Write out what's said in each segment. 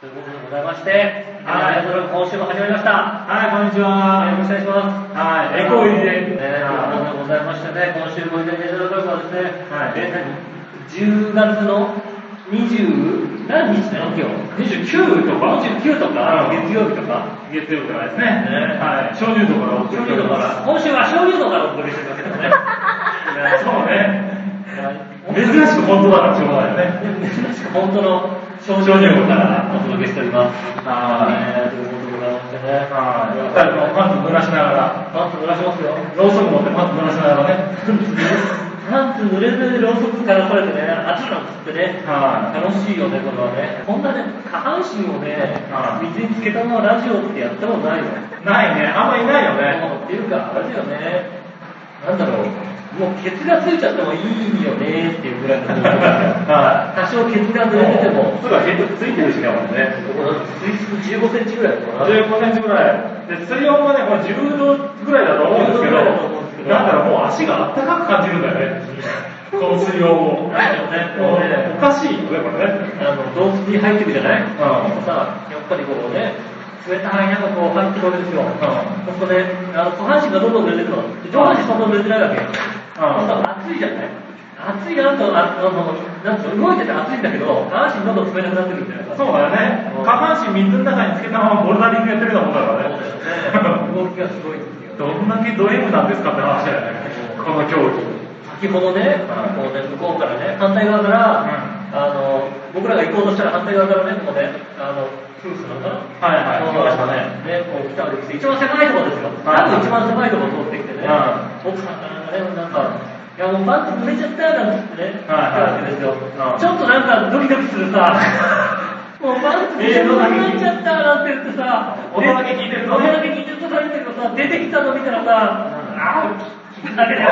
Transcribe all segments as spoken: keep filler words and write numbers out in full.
ということでございまして、はい、今週も始まりました。 はい、こんにちは。 よろしくお願いします。 はい、エコー入れ。 ね、ということでございましてね、今週も入れていただくのはですね、はい、えー、じゅうがつのにじゅう何日なの今日？ にじゅうくとか？ にじゅうくとか、うん、月曜日とか。 月曜日とかですね。ね、はい、鍾乳洞からお届けしてます。 今週は鍾乳洞からお届けしてますけどね。 そうね。珍しく本当だからしょうがないよね。 珍しく本当の鍾乳洞からお届けしております。はい、ということでございましてね。 はい。二人ともパンツ濡らしながら。 パンツ濡らしますよ。 ろうそく持ってパンツ濡らしながらね。 パンツ濡れずろうそくからされてね、あちらんつってね、 はい、 楽しいよね、これはね。こんなね、下半身をね、水につけたままラジオってやったことないよ。 ないね、あんまりいないよね。 っていうか、あれだよね、なんだろう、もうケツがついちゃってもいいよねっていうぐらいの感じはい、多少ケツが濡れてても。 すぐケツついてるしかもね。 水質じゅうごセンチぐらいだとじゅうごセンチぐらい。で、水温もね、これじゅうどぐらいだと思うんですけど、だからもう足があったかく感じるんだよね。この水温を。 ないよね。もうね、 おかしいよね、これね。 あの、洞窟に入ってくじゃない？ うん。 さ、やっぱりこうね、冷たい中こう入ってくるわけですよ。うん。そうするとね、あの、下半身がどんどん濡れてくるの。上半身そんな濡れてないわけよ。うん。暑いじゃない？暑いなと、あの、なんと動いてて暑いんだけど、下半身どんどん冷たくなってくるみたいな。 そうだよね。下半身水の中につけたままボルダリングやってるようなもんだからね。 そうだよね。動きがすごいんですよ。 どんだけド M なんですかって話だよね。この競技。 先ほどね、こうね、向こうからね、反対側から、あの、僕らが行こうとしたら反対側からね、こうね、あの、夫婦なんかな。 はいはい、来ましたね。 ね、こう来たわけです。一番狭いところですよ。多分一番狭いところを通ってきてね、奥さんからね、なんか、いやもうパンツ濡れちゃったよなんつってね、来たわけですよ。ちょっとなんかドキドキするさ、もうパンツ濡れちゃったなんて言ってさ、 音だけ聞いてると、 音だけ聞いてるとさ、出てきたの見たらさ、あーだけでおい、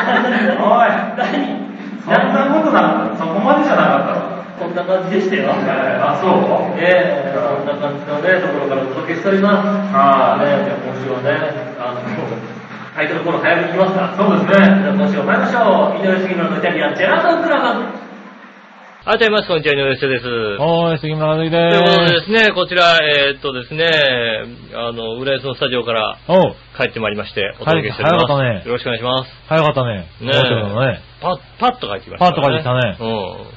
何そんなことなかった。そこまでじゃなかった。 こんな感じでしたよ。 あ、そう。 ええ、そんな感じのね、ところからお届けしております。 はい。 ね、じゃあ今週はね、あの、タイトルコール早めにいきますか。 そうですね。 じゃあ今週は参りましょう。井上杉村のイタリアンジェラートクラブ。 改めまして、こんにちは、井上杉です。 はい、杉村和樹です。 ということでですね、こちら、えー、っとですね、あの、浦安のスタジオから帰ってまいりまして、お届けしております。 早かったね。 よろしくお願いします。 早かったね。 ねえ。パッ、パッと帰ってきましたね。 パッと帰ってきたね。 うん。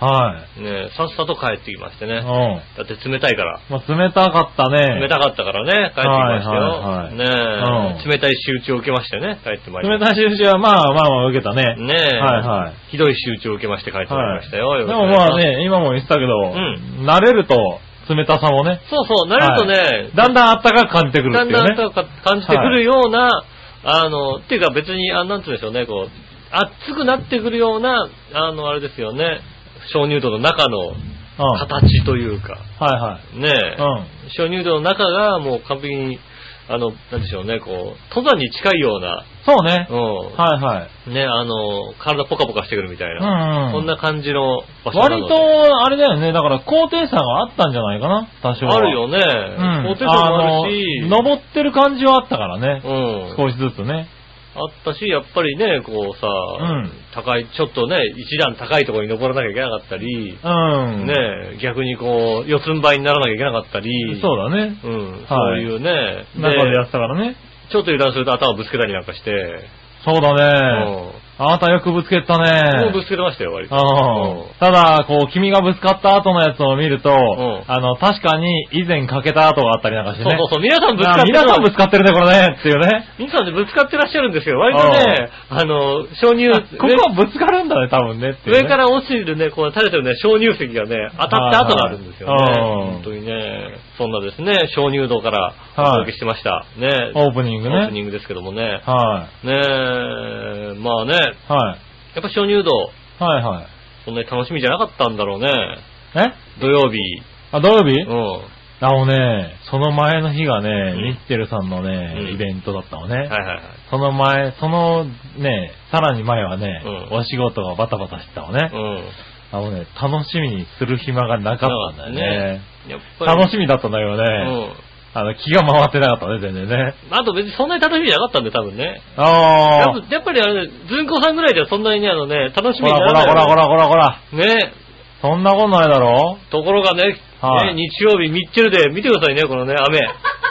はい。 ねえ、さっさと帰ってきましてね。 うん。 だって冷たいから。 まあ、冷たかったね。 冷たかったからね、帰ってきましたよ。 はいはいはい、 ねえ、うん、冷たい仕打ちを受けましてね、帰ってまいりました。 冷たい仕打ちはまあまあまあ受けたね。 ねえ。 はいはい。 ひどい仕打ちを受けまして帰ってまいりましたよ。はい、 でもまあね、今も言ってたけど、うん、慣れると冷たさもね。 そうそう、慣れるとね、はい、 だんだん暖かく感じてくるっていうね。 だんだん暖かく感じてくるような、はい、あの、っていうか別に、あなんて言うんでしょうね、こう、熱くなってくるような、あの、あれですよね、鍾乳洞の中の形というか、 うん、はいはい。 ねえ、うん、鍾乳洞の中がもう完璧に、あの、なんでしょうね、こう、登山に近いような、 そうね。 うん。 はいはい。 ね、あの、体ポカポカしてくるみたいな。 うんうん。 そんな感じの場所なので。 割と、あれだよね、だから高低差があったんじゃないかな、多少は。 あるよね。うん。高低差もあるし。 登ってる感じはあったからね。 うん。 少しずつね。 あったし、やっぱりね、こうさ、うん、高い、ちょっとね、一段高いところに登らなきゃいけなかったり、 うん。 ね、逆にこう、四つん這いにならなきゃいけなかったり。 そうだね。 うん。そういうね。 中でやってたからね。 ちょっと油断すると頭ぶつけたりなんかして。 そうだね。あなたよくぶつけたね。 もうぶつけてましたよ、割と。 うん。ただ、こう、君がぶつかった後のやつを見ると、うん、あの、確かに以前かけた跡があったりなんかしてね。 そうそうそう、皆さんぶつかってる。 皆さんぶつかってるね、これね、っていうね。 皆さんでぶつかってらっしゃるんですよ。割とね、あの、鍾乳、 ここはぶつかるんだね、多分ね。ってね上から落ちるね、こう垂れてるね、鍾乳石がね、当たった跡があるんですよね。はいはい、本当にね、そんなですね、鍾乳洞からお届けしてました。はい、ね。 オープニングね。 オープニングですけどもね。 はい。 ねえ、まあね。 はい。 やっぱ鍾乳洞。 はいはい。 そんなに楽しみじゃなかったんだろうね。 え土曜日。 あ、土曜日うん。 あのね、その前の日がね、うん、ミッチェルさんのね、うん、イベントだったのね。はいはいはい。 その前、そのね、さらに前はね、うん、お仕事がバタバタしてたのね。うん。あのね、楽しみにする暇がなかったんだよね。ねやっぱり楽しみだったんだけどね。うん。あの、気が回ってなかったね、全然ね。 あと別にそんなに楽しみじゃなかったんで、多分ね。 ああ。やっぱりあれね、ずんこさんぐらいではそんなにね、あのね、楽しみにならない。ほらほらほらほらほら。 ね。 そんなことないだろところがね、 はい、ね、日曜日、ミッチェルで、見てくださいね、このね、雨。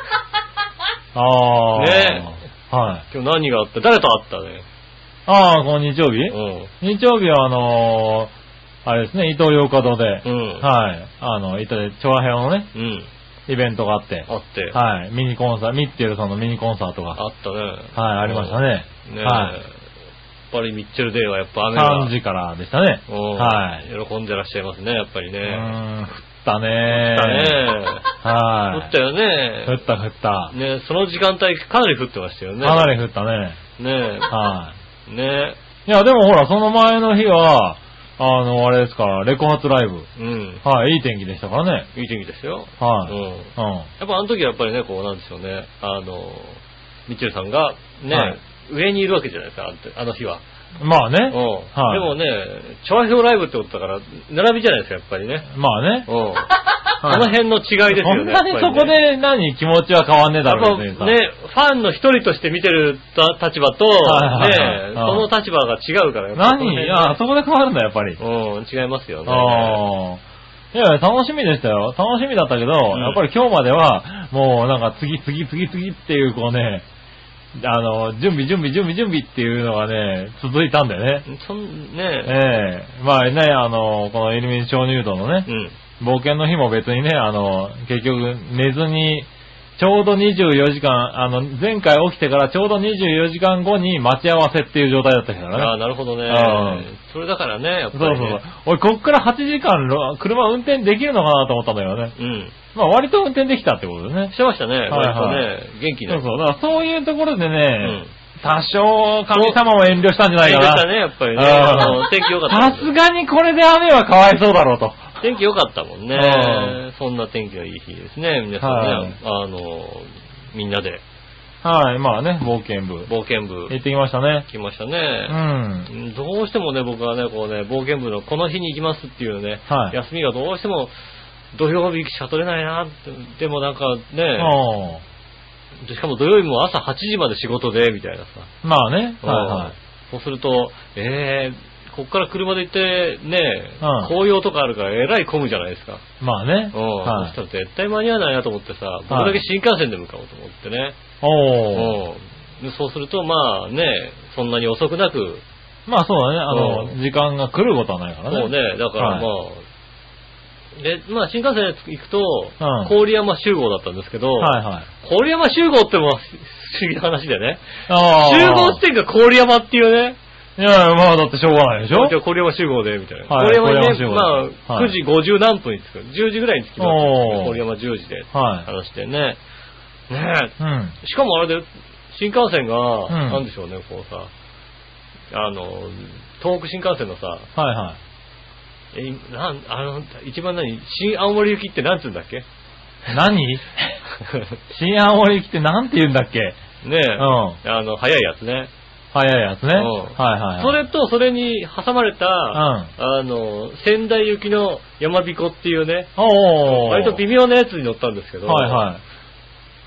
ああ。 ね。 はい。 今日何があった？誰と会ったね。 ああ、この日曜日？ うん。 日曜日はあのー、あれですね、伊東洋華堂で、 うん。 はい。あの、伊東で、調和平和のね、 うん。 イベントがあって。 あって。 はい。ミニコンサート、ミッチェルさんのミニコンサートが。 あったね。 はい、ありましたね。 ねはい。 やっぱりミッチェルデーはやっぱ雨が。 さんじからでしたね。 はい。喜んでらっしゃいますね、やっぱりね。うーん、降ったね降ったねはい。 降ったよね。 降った降った。 ね、その時間帯かなり降ってましたよね。 かなり降ったね。 ねはい。 ねいや、でもほら、その前の日は、あの、あれですから、レコ発ライブ。 うん。 はい、いい天気でしたからね。 いい天気ですよ。 はい。 うん。うん。 やっぱあの時はやっぱりね、こうなんでしょうね。あの、ミッチェルさんがね、 はい、 上にいるわけじゃないですか、あの日は。 まあね。 うん。はい、でもね、調和表ライブってことだから、並びじゃないですか、やっぱりね。 まあね。 うん。この辺の違いですよね。 そんなにそこで何気持ちは変わんねえだろうね。 ね、ファンの一人として見てる立場と、ね、その立場が違うから。 何いや、そこで変わるんだ、やっぱり。 うん、違いますよね。 ああ。いや、楽しみでしたよ。楽しみだったけど、うん、やっぱり今日までは、もうなんか次、次、次、次っていう、こうね、あの、準備、準備、準備、準備っていうのがね、続いたんだよね。 そん、ねええー、まあね、あの、このイルミネ鍾乳洞のね、うん冒険の日も別にね、あの、結局寝ずに、ちょうどにじゅうよじかん、あの、前回起きてからちょうどにじゅうよじかんごに待ち合わせっていう状態だったからね。 ああ、なるほどね。それだからね、やっぱり、ね。 そうそうそう。俺、こっからはちじかん、車運転できるのかなと思ったんだよね。 うん。 まあ、割と運転できたってことでね。 してましたね。はい、はい、割とね、元気な。 そうそう。だからそういうところでね、うん多少神様も遠慮したんじゃないかな。 遠慮したね、やっぱりね。あの天気良かった。 さすがにこれで雨はかわいそうだろうと。 天気良かったもんね。そんな天気がいい日ですね。皆さんね、はい、あの、みんなで。 はい、まあね、冒険部。 冒険部。 行ってきましたね。 行きましたね。うん。どうしてもね、僕はね、こうね、冒険部のこの日に行きますっていうね、はい、休みがどうしても土曜日しか取れないなって、でもなんかね、しかも土曜日も朝はちじまで仕事で、みたいなさ。 まあね。はいはい。 そうすると、えー、こっから車で行って、ね、うん、紅葉とかあるからえらい混むじゃないですか。 まあね。 うん。はい、そしたら絶対間に合わないなと思ってさ、僕だけ新幹線で向かおうと思ってね。 おー。 うん。そうすると、まあね、そんなに遅くなく。 まあそうだね。あの、時間が来ることはないからね。 そうね。だからまあ、はいで、まあ、新幹線で行くと、うん、郡山集合だったんですけど、 はいはい、 郡山集合っても不思議な話でね。集合地点が郡山っていうね。 いや、まあだってしょうがないでしょじゃあ郡山集合で、みたいな。はい、郡山にね、まあ、くじごじゅう何分に着く。じゅうじぐらいに着きます。郡山じゅうじで。話してね。ねえ、うん。しかもあれで、新幹線が、うん、なんでしょうね、こうさ、あの、東北新幹線のさ、 はいはい。 え、なん、あの、一番何新青森行きってなんつうんだっけ何新青森行きってなんて言うんだっけねえ。うん。あの、早いやつね。 早いやつね。うん。はいはい、はい。 それと、それに挟まれた、うん。あの、仙台行きの山彦っていうね。 おー。 割と微妙なやつに乗ったんですけど。 はいはい。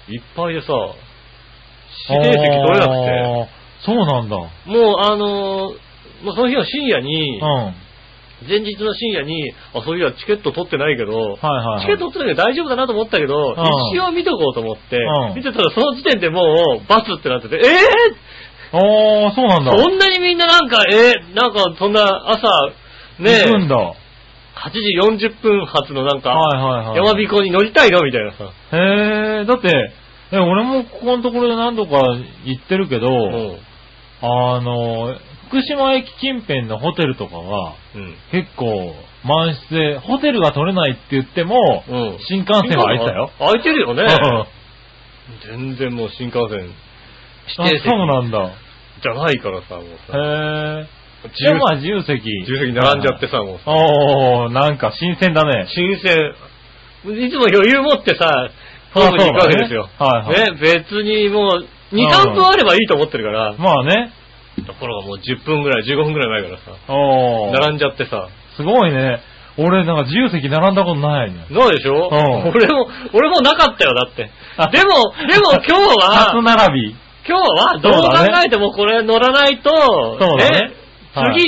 いっぱいでさ、指定席取れなくて。 そうなんだ。もう、あの、もうその日の深夜に、 うん。 前日の深夜に、あ、そういや、チケット取ってないけど、はいはいはい、 チケット取ってないけど大丈夫だなと思ったけど、うん、一応見とこうと思って、 うん、 見てたらその時点でもうバスってなってて、えぇ、ー、あー、そうなんだ。 そんなにみんななんか、えー、なんかそんな朝、ね行くんだ。 はちじよんじゅっぷん発のなんか、 はいはいはい、 山彦に乗りたいのみたいなさ。 へー、だって、え、俺もここのところで何度か行ってるけど、うん、あの、福島駅近辺のホテルとかは、うん、結構満室で、ホテルが取れないって言っても、うん、新幹線は空いてたよ。 空いてるよね。全然もう新幹線、指定席。 そうなんだ。 じゃないからさ、もうさ。 へー。じゃあまあ自由席。 自由席並んじゃってさ、もうさ。 おー、なんか新鮮だね。 新鮮。いつも余裕持ってさ、ホームに行くわけですよ。 はいはい。 ね、別にもう、に、さんぷんあればいいと思ってるから。 まあね。 ところがもうじゅっぷんぐらい、じゅうごふんぐらい前からさ、 おー並んじゃってさ。 すごいね。俺なんか自由席並んだことないね。 ないでしょ、うん、俺も、俺もなかったよ、だって。でも、でも今日は、 初並び。 今日はどう考えてもこれ乗らないと、 そうだね。 次、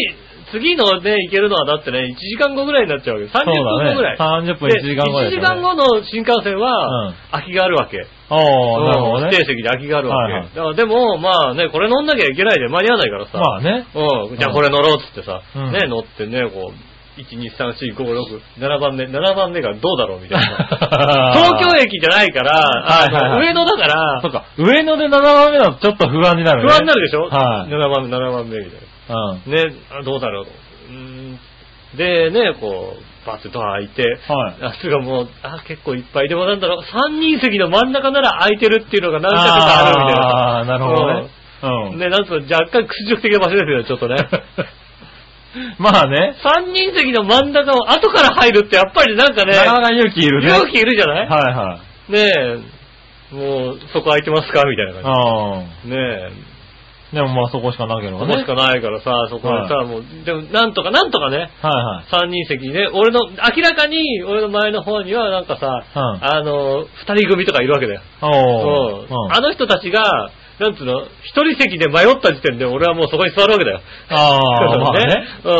次のね、行けるのはだってね、いちじかんごぐらいになっちゃうわけ。さんじゅっぷんごぐらい。 さんじゅっぷん、いちじかんごぐらい、 ね。いちじかんごの新幹線は、空きがあるわけ。 ああ、なるほどね。 指定席で空きがあるわけ。はいはい、だからでも、まあね、これ乗んなきゃいけないで間に合わないからさ。 まあね。 うん。じゃあこれ乗ろうっつってさ、 うん、 ね、乗ってね、こう、いち、に、さん、よん、ご、ろく、ななばんめ、ななばんめがどうだろうみたいな。東京駅じゃないから、はいはいはい、上野だから。 そうか、上野でななばんめだとちょっと不安になるね。 不安になるでしょはい。 ななばんめ、ななばんめみたいな。うん。ね、どうだろうと。うんでね、こう、バッてドア開いて、はい。あ、すがもう、あ、結構いっぱい。でもなんだろう、さんにん席の真ん中なら空いてるっていうのが何かとかあるみたいな。 ああ、なるほどね。 うん。ね、なんと若干屈辱的な場所ですよ、ちょっとね。 まあね。 さんにん席の真ん中を後から入るってやっぱりなんかね。 なかなか勇気いるね。 勇気いるじゃない？ はいはい。 ねえ、もう、そこ空いてますかみたいな感じ。ああ。ねえ。 でもまあそこしかなければね。 そこしかないからさ、そこでさ、はい、もう、でもなんとかなんとかね。はいはい。さんにん席ね、俺の、明らかに俺の前の方にはなんかさ、うん、あの、二人組とかいるわけだよ。おー。うん、あの人たちが、なんつうの、一人席で迷った時点で俺はもうそこに座るわけだよ。ああ、まあね。うん。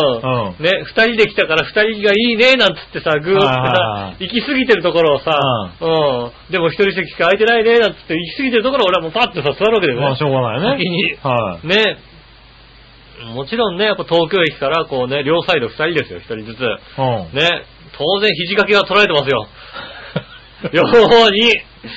うん、ね、二人で来たから二人がいいね、なんつってさ、ぐーってさ、行き過ぎてるところをさ、うん。うん。でも一人席しか空いてないね、なんつって行き過ぎてるところを俺はもうパッてさ、座るわけだよね。 まあしょうがないね。 先に。はい。ね。もちろんね、やっぱ東京駅からこうね、両サイド二人ですよ、一人ずつ。うん。ね。当然肘掛けが取られてますよ。両方に。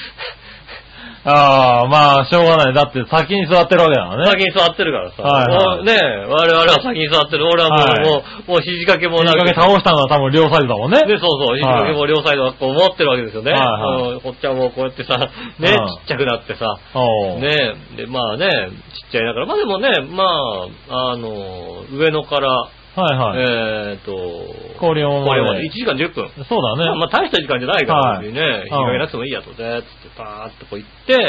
ああ、まあ、しょうがない。だって先に座ってるわけだからね。 先に座ってるからさ。 はいはい、 ねえ、我々は先に座ってる。俺はもう、はい、もう、もう肘掛けもなんか。肘掛け倒したのは多分両サイドだもんね。 で、そうそう。肘掛けも両サイドだと思ってるわけですよね。はいはい、こっちはもうこうやってさ、ね、ちっちゃくなってさ。ねえ、で、まあね、ちっちゃいだから。まあでもね、まあ、あの、上野から、はいはい。えーっと、 氷温まで。氷温までいちじかんじゅっぷん。 そうだね。 まあ大した時間じゃないから、ね、はい、日がいなくてもいいやと、で、つってパーッとこう行って、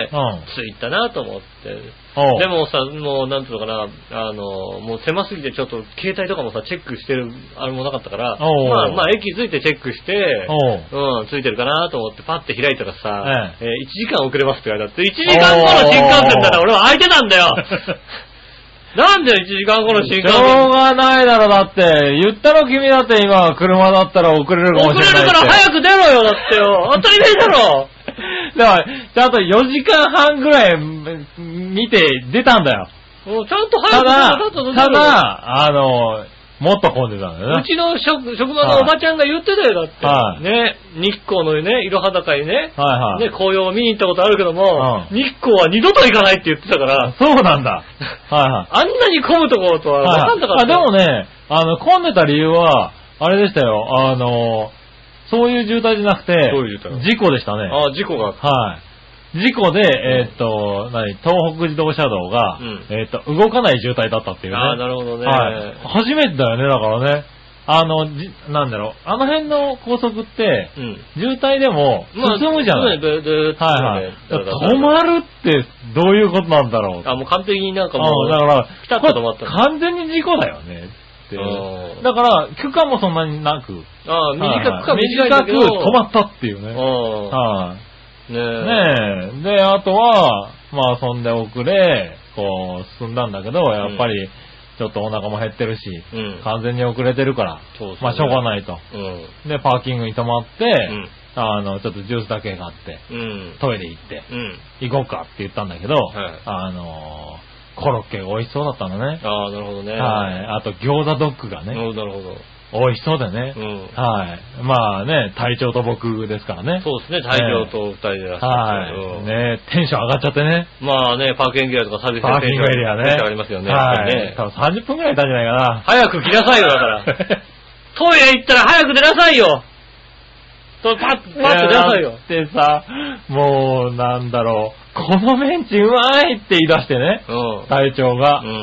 うん、着いたなと思って。でもさ、もうなんていうのかな、あの、もう狭すぎてちょっと携帯とかもさ、チェックしてる、あれもなかったから、まあまあ駅着いてチェックして、うん、着いてるかなと思ってパッて開いたらさ、ええー、いちじかん遅れますって言われたって、いちじかんごの新幹線なら俺は空いてたんだよなんでいちじかんごの新幹線。 しょうがないだろ、だって。言ったろ、君だって今、車だったら遅れるかもしれない。 遅れるから早く出ろよ、だってよ。当たり前だろ。 だから、ちゃんとよじかんはんぐらい見て出たんだよ。 もうちゃんと早く出ただ、ただ、あの、もっと混んでたんだよね。 うちの職、職場のおばちゃんが言ってたよ、だって。はい、ね、日光のね、いろは坂にね、はいはい、ね、紅葉を見に行ったことあるけども、うん、日光は二度と行かないって言ってたから。 そうなんだ。はいはい。 あんなに混むところとは分かんなかった。 はいはい、あ、でもね、あの、混んでた理由は、あれでしたよ、あの、そういう渋滞じゃなくて、 どういう渋滞？ 事故でしたね。 ああ、事故があった。 はい。事故で、えー、っと、何、東北自動車道が、うん、えー、っと、動かない渋滞だったっていうね。 ああ、なるほどね。 はい。初めてだよね、だからね。あの、じ、なんだろう、あの辺の高速って、うん、渋滞でも進むじゃない、まあ、はいはい。止まるってどういうことなんだろう。 あ、もう完璧になんかもう、 だから、 ピタッと止まった。 完全に事故だよね。だから、区間もそんなになく。 ああ、短くか短い短く止まったっていうね。はい。ねえ。ねえ。で、あとは、まあ、そんで遅れ、こう、進んだんだけど、やっぱり、ちょっとお腹も減ってるし、うん、完全に遅れてるから、そうそうね、まあ、しょうがないと、うん。で、パーキングに止まって、うん、あの、ちょっとジュースだけ買って、うん、トイレ行って、うん、行こうかって言ったんだけど、はい、あのー、コロッケが美味しそうだったのね。 ああ、なるほどね。 はい。あと、餃子ドッグがね。 なるほど。 美味しそうだね。うん。はい。まあね、隊長と僕ですからね。 そうですね、隊長と二人でいらっしゃる。 はい。ね、テンション上がっちゃってね。 まあね、パーキングエリアとかサービスエリア。 パーキングエリアね。 テンションありますよね。 はい。多分さんじゅっぷんくらいいたんじゃないかな。 早く来なさいよ、だから。トイレ行ったら早く出なさいよ。パッ、パッと出なさいよ。 ってさ、もう、なんだろう。このメンチうまいって言い出してね。うん。隊長が。うん。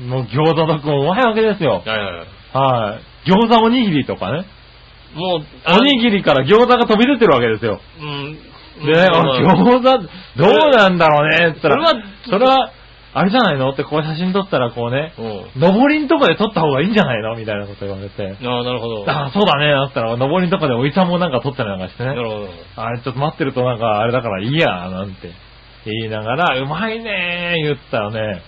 もう餃子ドッグもうまいわけですよ。はいはいはい。はい。餃子おにぎりとかね。もう、おにぎりから餃子が飛び出てるわけですよ。うん。で、ね、餃子、どうなんだろうねって言ったら、それは、それは、あれじゃないのってこう写真撮ったらこうね、うん、上りんとこで撮った方がいいんじゃないのみたいなこと言われて。 ああ、なるほど。 ああ、そうだね。だったら、上りんとこでおいさんもなんか撮ったりなんかしてね。 なるほど。 あれちょっと待ってるとなんかあれだからいいや、なんて言いながら、うまいねー言ったらね、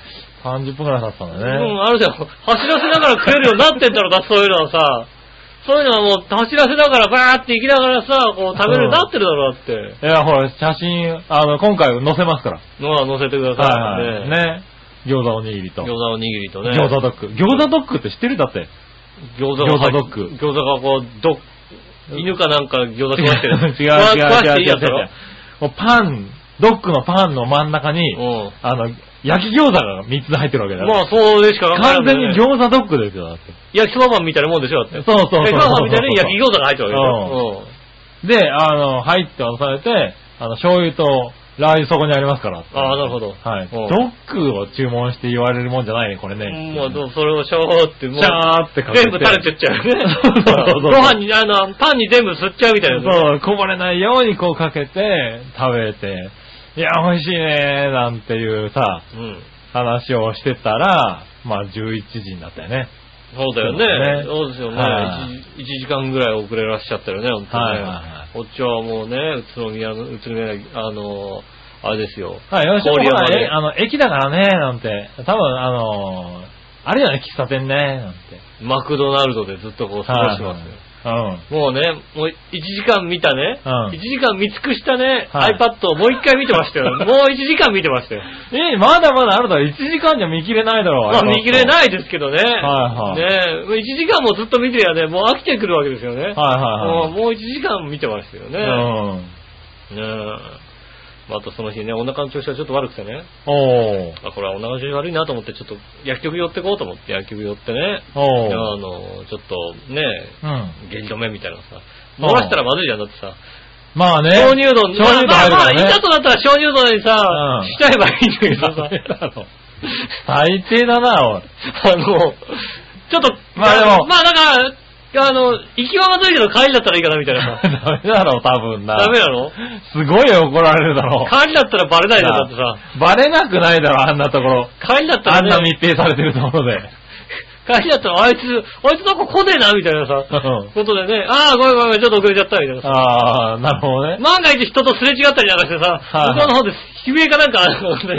さんじゅっぷんくらい経ったんだね。 うん、あるじゃん。走らせながら食えるようになってんだろうな、そういうのはさ。そういうのはもう走らせながらバーって行きながらさ、こう食べるようになってるだろうだって。 いや、ほら、写真、あの、今回載せますから。 のは載せてください。 はいはい。ね。餃子おにぎりと。 餃子おにぎりとね。 餃子ドッグ。餃子ドッグって知ってるだって。 餃子ドッグ。餃子がこう、ど、犬かなんか餃子食わしてる。 違う違う違う違う違う。もうパン、ドッグのパンの真ん中に、あの、焼き餃子がみっつ入ってるわけだよ。 まあ、そうでしか考えない、 完全に餃子ドッグですよ、だって。 焼きそばパンみたいなもんでしょ、だって。 そうそうそう。 焼きそばパンみたいに焼き餃子が入ってるわけでしょ。 うん。で、あの、入って渡されて、あの、醤油とラー油そこにありますから。 ああ、なるほど。 はい。ドッグを注文して言われるもんじゃないね、これね。 もう、それをシャーって、もう。 シャーってかけて。 全部垂れてっちゃうね。 そうそうそう。 ご飯に、あの、パンに全部吸っちゃうみたいな。 そう、こぼれないようにこうかけて、食べて、いや、美味しいねー、なんていうさ、うん。話をしてたら、まあじゅういちじになったよね。 そうだよね。そうですよね。いちじかんぐらい遅れらっしゃったよね、本当にね。はいはいはい。こっちはもうね、宇都宮の、宇都宮、あの、あれですよ。 はい、よし、郡山ね、あの、駅だからね、なんて。多分、あの、あれだよね、喫茶店ね、なんて。 マクドナルドでずっとこう過ごしてますよ。うん、もうね、もういちじかん見たね、うん、いちじかん見尽くしたね、はい、iPad をもういっかい見てましたよ。もういちじかん見てましたよ。 えー、まだまだあるだろ。いちじかんじゃ見切れないだろう。 まあ見切れないですけどね。はいはい。 ねいちじかんもずっと見てりゃね、もう飽きてくるわけですよね。はいはいはい。もう、もういちじかん見てましたよね。うん。ねえ。あとその日ね、お腹の調子がちょっと悪くてね。おー。あ、これはお腹の調子悪いなと思って、ちょっと薬局寄ってこうと思って薬局寄ってね。おー。あの、ちょっとね、うん。下痢止めみたいなさ。漏らしたらまずいじゃん、だってさ。 まあね。 鍾乳洞、 鍾乳洞入るからね。 まあまあ、いざとなったら鍾乳洞にさ、うん、しちゃえばいいんだけどさ。 最低だな、おい。 あの、ちょっと、まあでも、まあだから、あの、行きはまずいけど帰りだったらいいかなみたいなさ。 ダメだろ、多分な。 ダメなの？ すごい怒られるだろ。 帰りだったらバレないじゃん、だってさ。 バレなくないだろ、あんなところ。 帰りだったら、ね、 あんな密閉されてるところで。 帰りだったら、あいつ、あいつなんか来ねえな、みたいなさ。ことでね、ああ、ごめんごめん、ちょっと遅れちゃった、みたいなさ。 ああ、なるほどね。 万が一人とすれ違ったりなんかしてさ、向こうの方で悲鳴かなんか、あ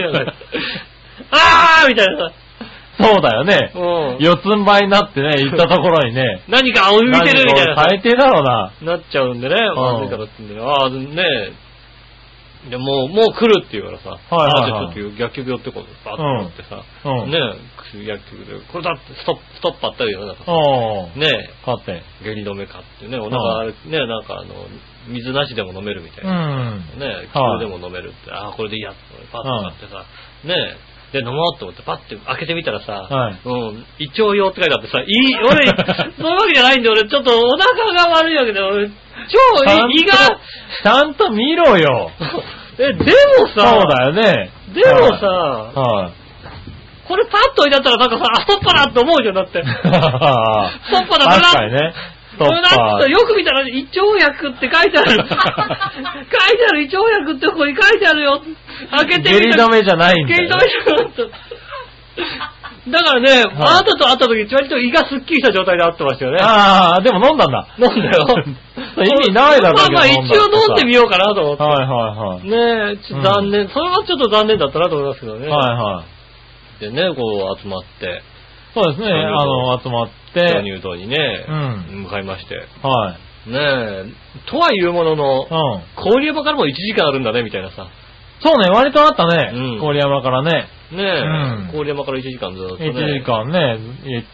あみたいなさ。 そうだよね。うん。四つん這いになってね、行ったところにね。 何か浮いてるみたいな。 最低だろうな。 なっちゃうんでね。まずいからってんでね。ああ、ねえ。でもう、もう来るって言うからさ。はいはいはい。ああ、ちょっと薬局寄ってこう。バッと思ってさ。うん。ねえ、薬局で。これだってストップ、ストップあったりよ、なんかさ。ねえ。 買って。 下痢止め買ってね。お腹、ねえ、なんかあの、水なしでも飲めるみたいな。うん。ねえ、急でも飲めるって。ああ、これでいいやって。パッと買ってさ。ねえ。で、飲もうと思ってパッて開けてみたらさ、はい、うん、胃腸用って書いてあってさ、いい、俺、そういうわけじゃないんで、俺ちょっとお腹が悪いわけで、俺、超胃が、 ちゃんと見ろよ。 え、でもさ、 そうだよね。 でもさ、はい、これパッと置いてあったらなんかさ、あ、ストッパだって思うじゃん、だって。ストッパだから。 確かにね。 それなんかよく見たら、胃腸薬って書いてある。書いてある胃腸薬ってここに書いてあるよ。開けてみたら。 下痢止めじゃないんだよ。 下痢止めじゃない。だからね、はい、あなたと会った時、割と胃がスッキリした状態で会ってましたよね。 ああ、でも飲んだんだ。 飲んだよ。 意味ないだろうけど。 まあまあ一応飲んでみようかなと思って。 はいはいはい。 ねえ、ちょっと残念、うん。それはちょっと残念だったなと思いますけどね。 はいはい。 でね、こう集まって。 そうですね、あの、集まって。 鍾乳洞にね、うん、向かいまして。 はい。 ねえ、とはいうものの、うん、郡山からもいちじかんあるんだね、みたいなさ。 そうね、割とあったね、うん、郡山からね。 ねえ、郡、うん、山からいちじかんずっとね。 いちじかんね、行って、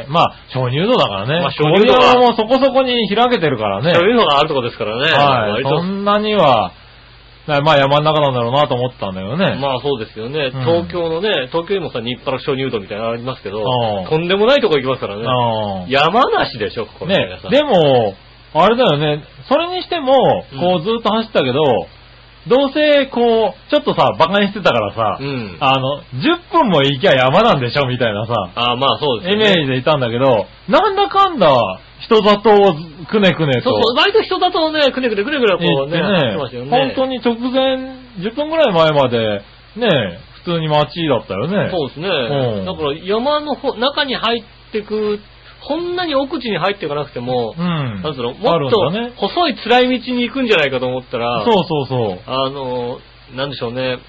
まあ、鍾乳洞だからね。まあ、郡山もそこそこに開けてるからね。 そういうのがあるとこですからね。 はい。そんなには、まあ山の中なんだろうなと思ったんだよね。 まあそうですよね。うん、東京のね、東京にもさ、日原鍾乳洞みたいなのありますけど、とんでもないとこ行きますからね。山梨でしょ、ここね。でも、あれだよね、それにしても、こうずっと走ったけど、うん、どうせこう、ちょっとさ、馬鹿にしてたからさ、うん、あの、じゅっぷんも行きゃ山なんでしょみたいなさ、 あまあそうですね。 イメージでいたんだけど、なんだかんだ、人里をくねくねと。 そうそう、割と人里をね、くねくねくねくねこうね、ねましたよね。 本当に直前、じゅっぷんぐらい前まで、ね、普通に街だったよね。 そうですね。うん、だから山の中に入ってく、こんなに奥地に入っていかなくても、うん、なんつうの、もっと細い辛い道に行くんじゃないかと思ったら、 そうそうそう。 あの、なんでしょうね、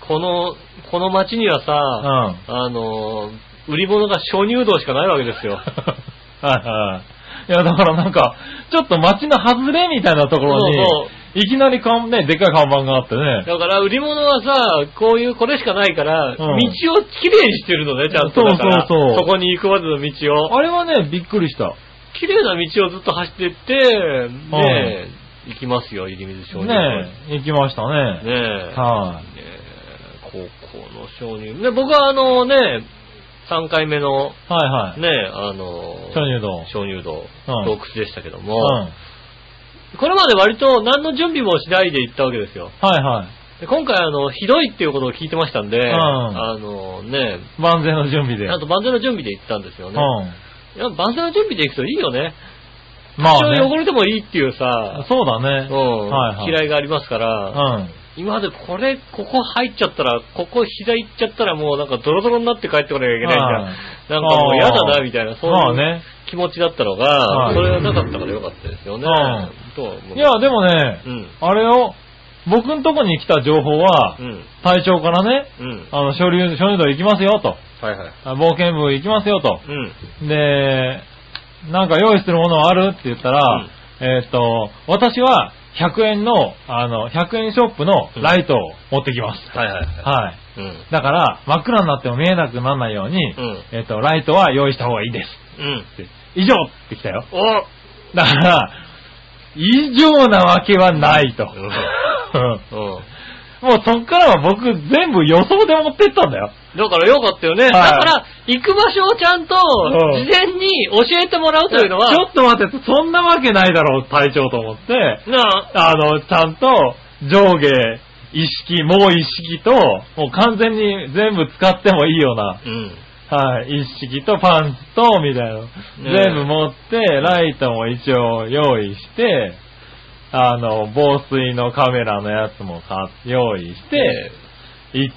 この、この街にはさ、うん、あの、売り物が鍾乳洞しかないわけですよ。 はいはい。いや、だからなんか、ちょっと街の外れみたいなところに、そうそういきなりかん、ね、でっかい看板があってね。 だから売り物はさ、こういう、これしかないから、うん、道をきれいにしてるのね、ちゃんと。そうそうそう。そこに行くまでの道を。 あれはね、びっくりした。 きれいな道をずっと走っていって、ね、うん、行きますよ、入り水鍾乳洞。 ねえ、行きましたね。 ねえ。 はい、 ね高校の鍾乳ね、僕はあのね、さんかいめの、はいはい。ね、あの、 鍾乳洞。 鍾乳洞、洞窟でしたけども、うん、これまで割と何の準備もしないで行ったわけですよ。 はいはい。 で今回あの、ひどいっていうことを聞いてましたんで、うん、あのね、 万全の準備で。 あと万全の準備で行ったんですよね。うん、いや万全の準備で行くといいよね。 まあ、ね。 多少汚れてもいいっていうさ、 そうだね。 うん。はいはい、嫌いがありますから、うん。今までこれ、ここ入っちゃったら、ここ膝行っちゃったらもうなんかドロドロになって帰ってこなきゃいけないじゃん。なんかもう嫌だなみたいな、そういう気持ちだったのが、それがなかったからよかったですよね。 いや、でもね、うん、あれを、僕のとこに来た情報は、うん、隊長からね、うん、あの、鍾乳洞行きますよと。はいはい。冒険部行きますよと。うん、で、なんか用意するものはあるって言ったら、うん、えっと、私は、ひゃくえんの、あの、ひゃくえんショップのライトを持ってきます。 うん、はいはいはい。 はい。うん、だから、真っ暗になっても見えなくならないように、うん、えっと、ライトは用意した方がいいです。うん。以上って来たよ。 おだから、以上なわけはないと。うん。うんもうそっからは僕全部予想で持ってったんだよ。 だからよかったよね。はい、だから行く場所をちゃんと事前に教えてもらうというのは。 ちょっと待って、そんなわけないだろう、隊長と思って。なあ。あの、ちゃんと上下一式、もう一式と、もう完全に全部使ってもいいような。うん。はい、一式とパンツと、みたいな。ね、全部持って、ライトも一応用意して、あの、防水のカメラのやつも用意して、行って、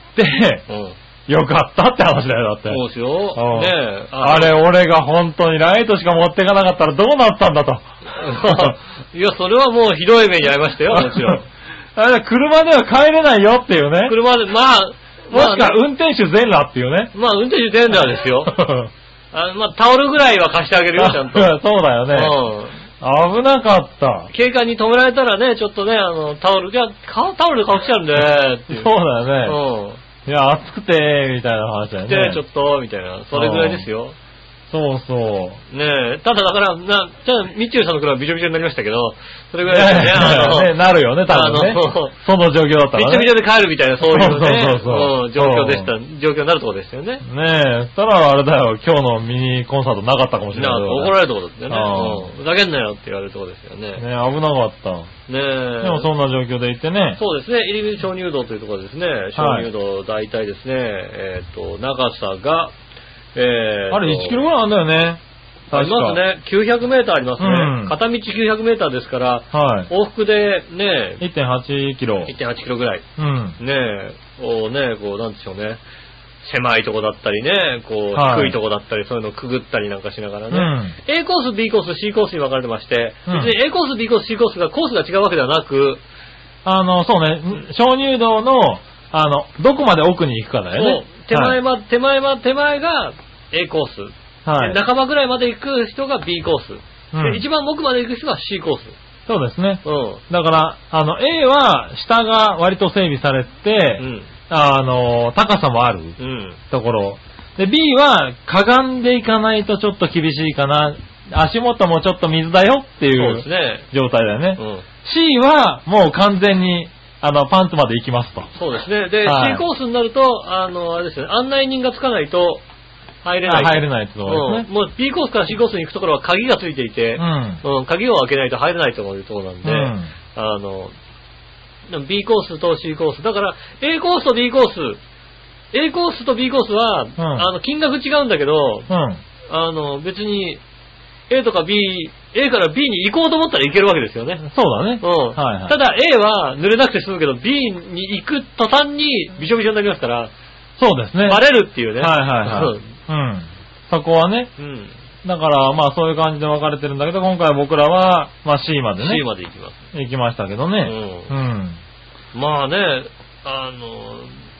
うん、よかったって話だよ、だって。 そうですよ。うん、ねえ。 あれ、俺が本当にライトしか持ってかなかったらどうなったんだと。 いや、それはもうひどい目に遭いましたよ、もちろん。 あれ、車では帰れないよっていうね。 車で、まあ、 もしか運転手全裸っていうね。 まあ、運転手全裸ですよ。あまあ、タオルぐらいは貸してあげるよ、ちゃんと。 そうだよね。うん危なかった。 警官に止められたらね、ちょっとね、あの、タオル、じゃあ、タオルで隠しちゃうんで、っていう。 そうだよね。うん。いや、暑くて、みたいな話だよね。 で、ちょっと、みたいな。それぐらいですよ。 そうそう。 ねえ、ただだから、な、じゃあ、みちゅうさんの車はびちょびちょになりましたけど、それぐらいですね。あのね、なるよね、多分ね。その状況だったらね。 びちょびちょで帰るみたいな、そういうね、そうそうそう、うん、状況でした、状況になるところでしたよね。 ねえ、そしたらあれだよ、今日のミニコンサートなかったかもしれない。 怒られるところですよね。うん。ふざけんなよって言われるところですよね。 ねえ、危なかった。 ねえ。 でもそんな状況で行ってね。 そうですね、入り口鍾乳洞というところですね。鍾乳洞、大体ですね、えっと、長さが、えー、 あれいちキロぐらいあるんだよね。 ありますね。きゅうひゃくメーターありますね。うん、片道きゅうひゃくメーターですから、はい、往復でね、 いってんはちキロ。 いってんはちキロぐらい。うん、ねえ、こうね、こうなんでしょうね。狭いとこだったりね、こう、はい、低いとこだったり、そういうのをくぐったりなんかしながらね。うん、A コース、B コース、C コースに分かれてまして、うん、別に A コース、B コース、C コースがコースが違うわけではなく、 あの、そうね、鍾乳洞の、あの、どこまで奥に行くかだよね。そう。 手前ま、はい、手前ま、手前が A コース。はい、半ばぐらいまで行く人が B コース、うん、で一番奥まで行く人が C コース。 そうですね。うん。だから、あの、A は下が割と整備されて、うん、あの、高さもあるところ。うん、で、B はかがんでいかないとちょっと厳しいかな。足元もちょっと水だよっていう状態だよね。うん、C はもう完全に、あの、パンツまで行きますと。 そうですね。で、はい、C コースになると、あの、あれですよね、案内人がつかないと、入れない。 入れないってことですね、 うん。もう B コースから C コースに行くところは鍵がついていて、うんうん、鍵を開けないと入れないというところなんで、うん、あの、B コースと C コース。だから、A コースと B コース、A コースと B コースは、うん、あの、金額違うんだけど、うん、あの、別に、A とか B、A から B に行こうと思ったら行けるわけですよね。 そうだね。 うん。はいはい、ただ A は濡れなくて済むけど、B に行く途端にびしょびしょになりますから、 そうですね。 バレるっていうね。 はいはいはい。うん。そこはね。うん。だから、まあそういう感じで分かれてるんだけど、今回僕らは、まあ C までね。 C まで行きます。 行きましたけどね。うん。 うん。まあね、あの、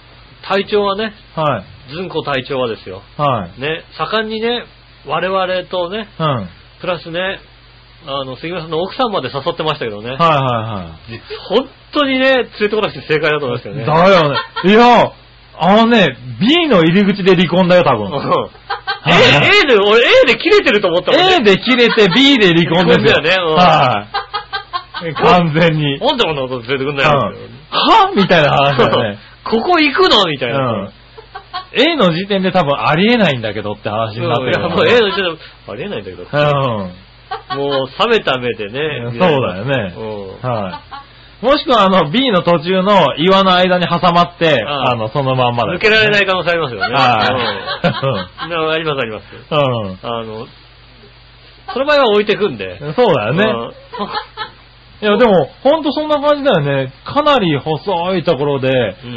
隊長はね、 はい。 ずんこ隊長はですよ。 はい。 ね、盛んにね、我々とね、 うん。 プラスね、あの、杉村さんの奥さんまで誘ってましたけどね。はいはいはい。 本当にね、連れてこなくて正解だと思いますよね。 だよね。いや、あのね、B の入り口で離婚だよ、多分。うん。 A、A で、俺 A で切れてると思ったもんね。 A で切れて B で離婚ですよ。 離婚だよね。うん、 はい。完全に。 なんでこんなこと連れてくんだよ。うん、 はみたいな話だよね。 ここ行くのみたいな。うん、 A の時点で多分ありえないんだけどって話になってる。 うん、いや、もう A の時点でありえないんだけど。うん。もう冷めた目でね。 そうだよね。うん。はい。もしくはあの B の途中の岩の間に挟まって、あ, あの、そのまんまだ、 ね。抜けられない可能性ありますよね。はい。うん。ありますあります。 うん。 あの、その場合は置いてくんで。 そうだよね。いや、でも、ほんとそんな感じだよね。かなり細いところで、うん、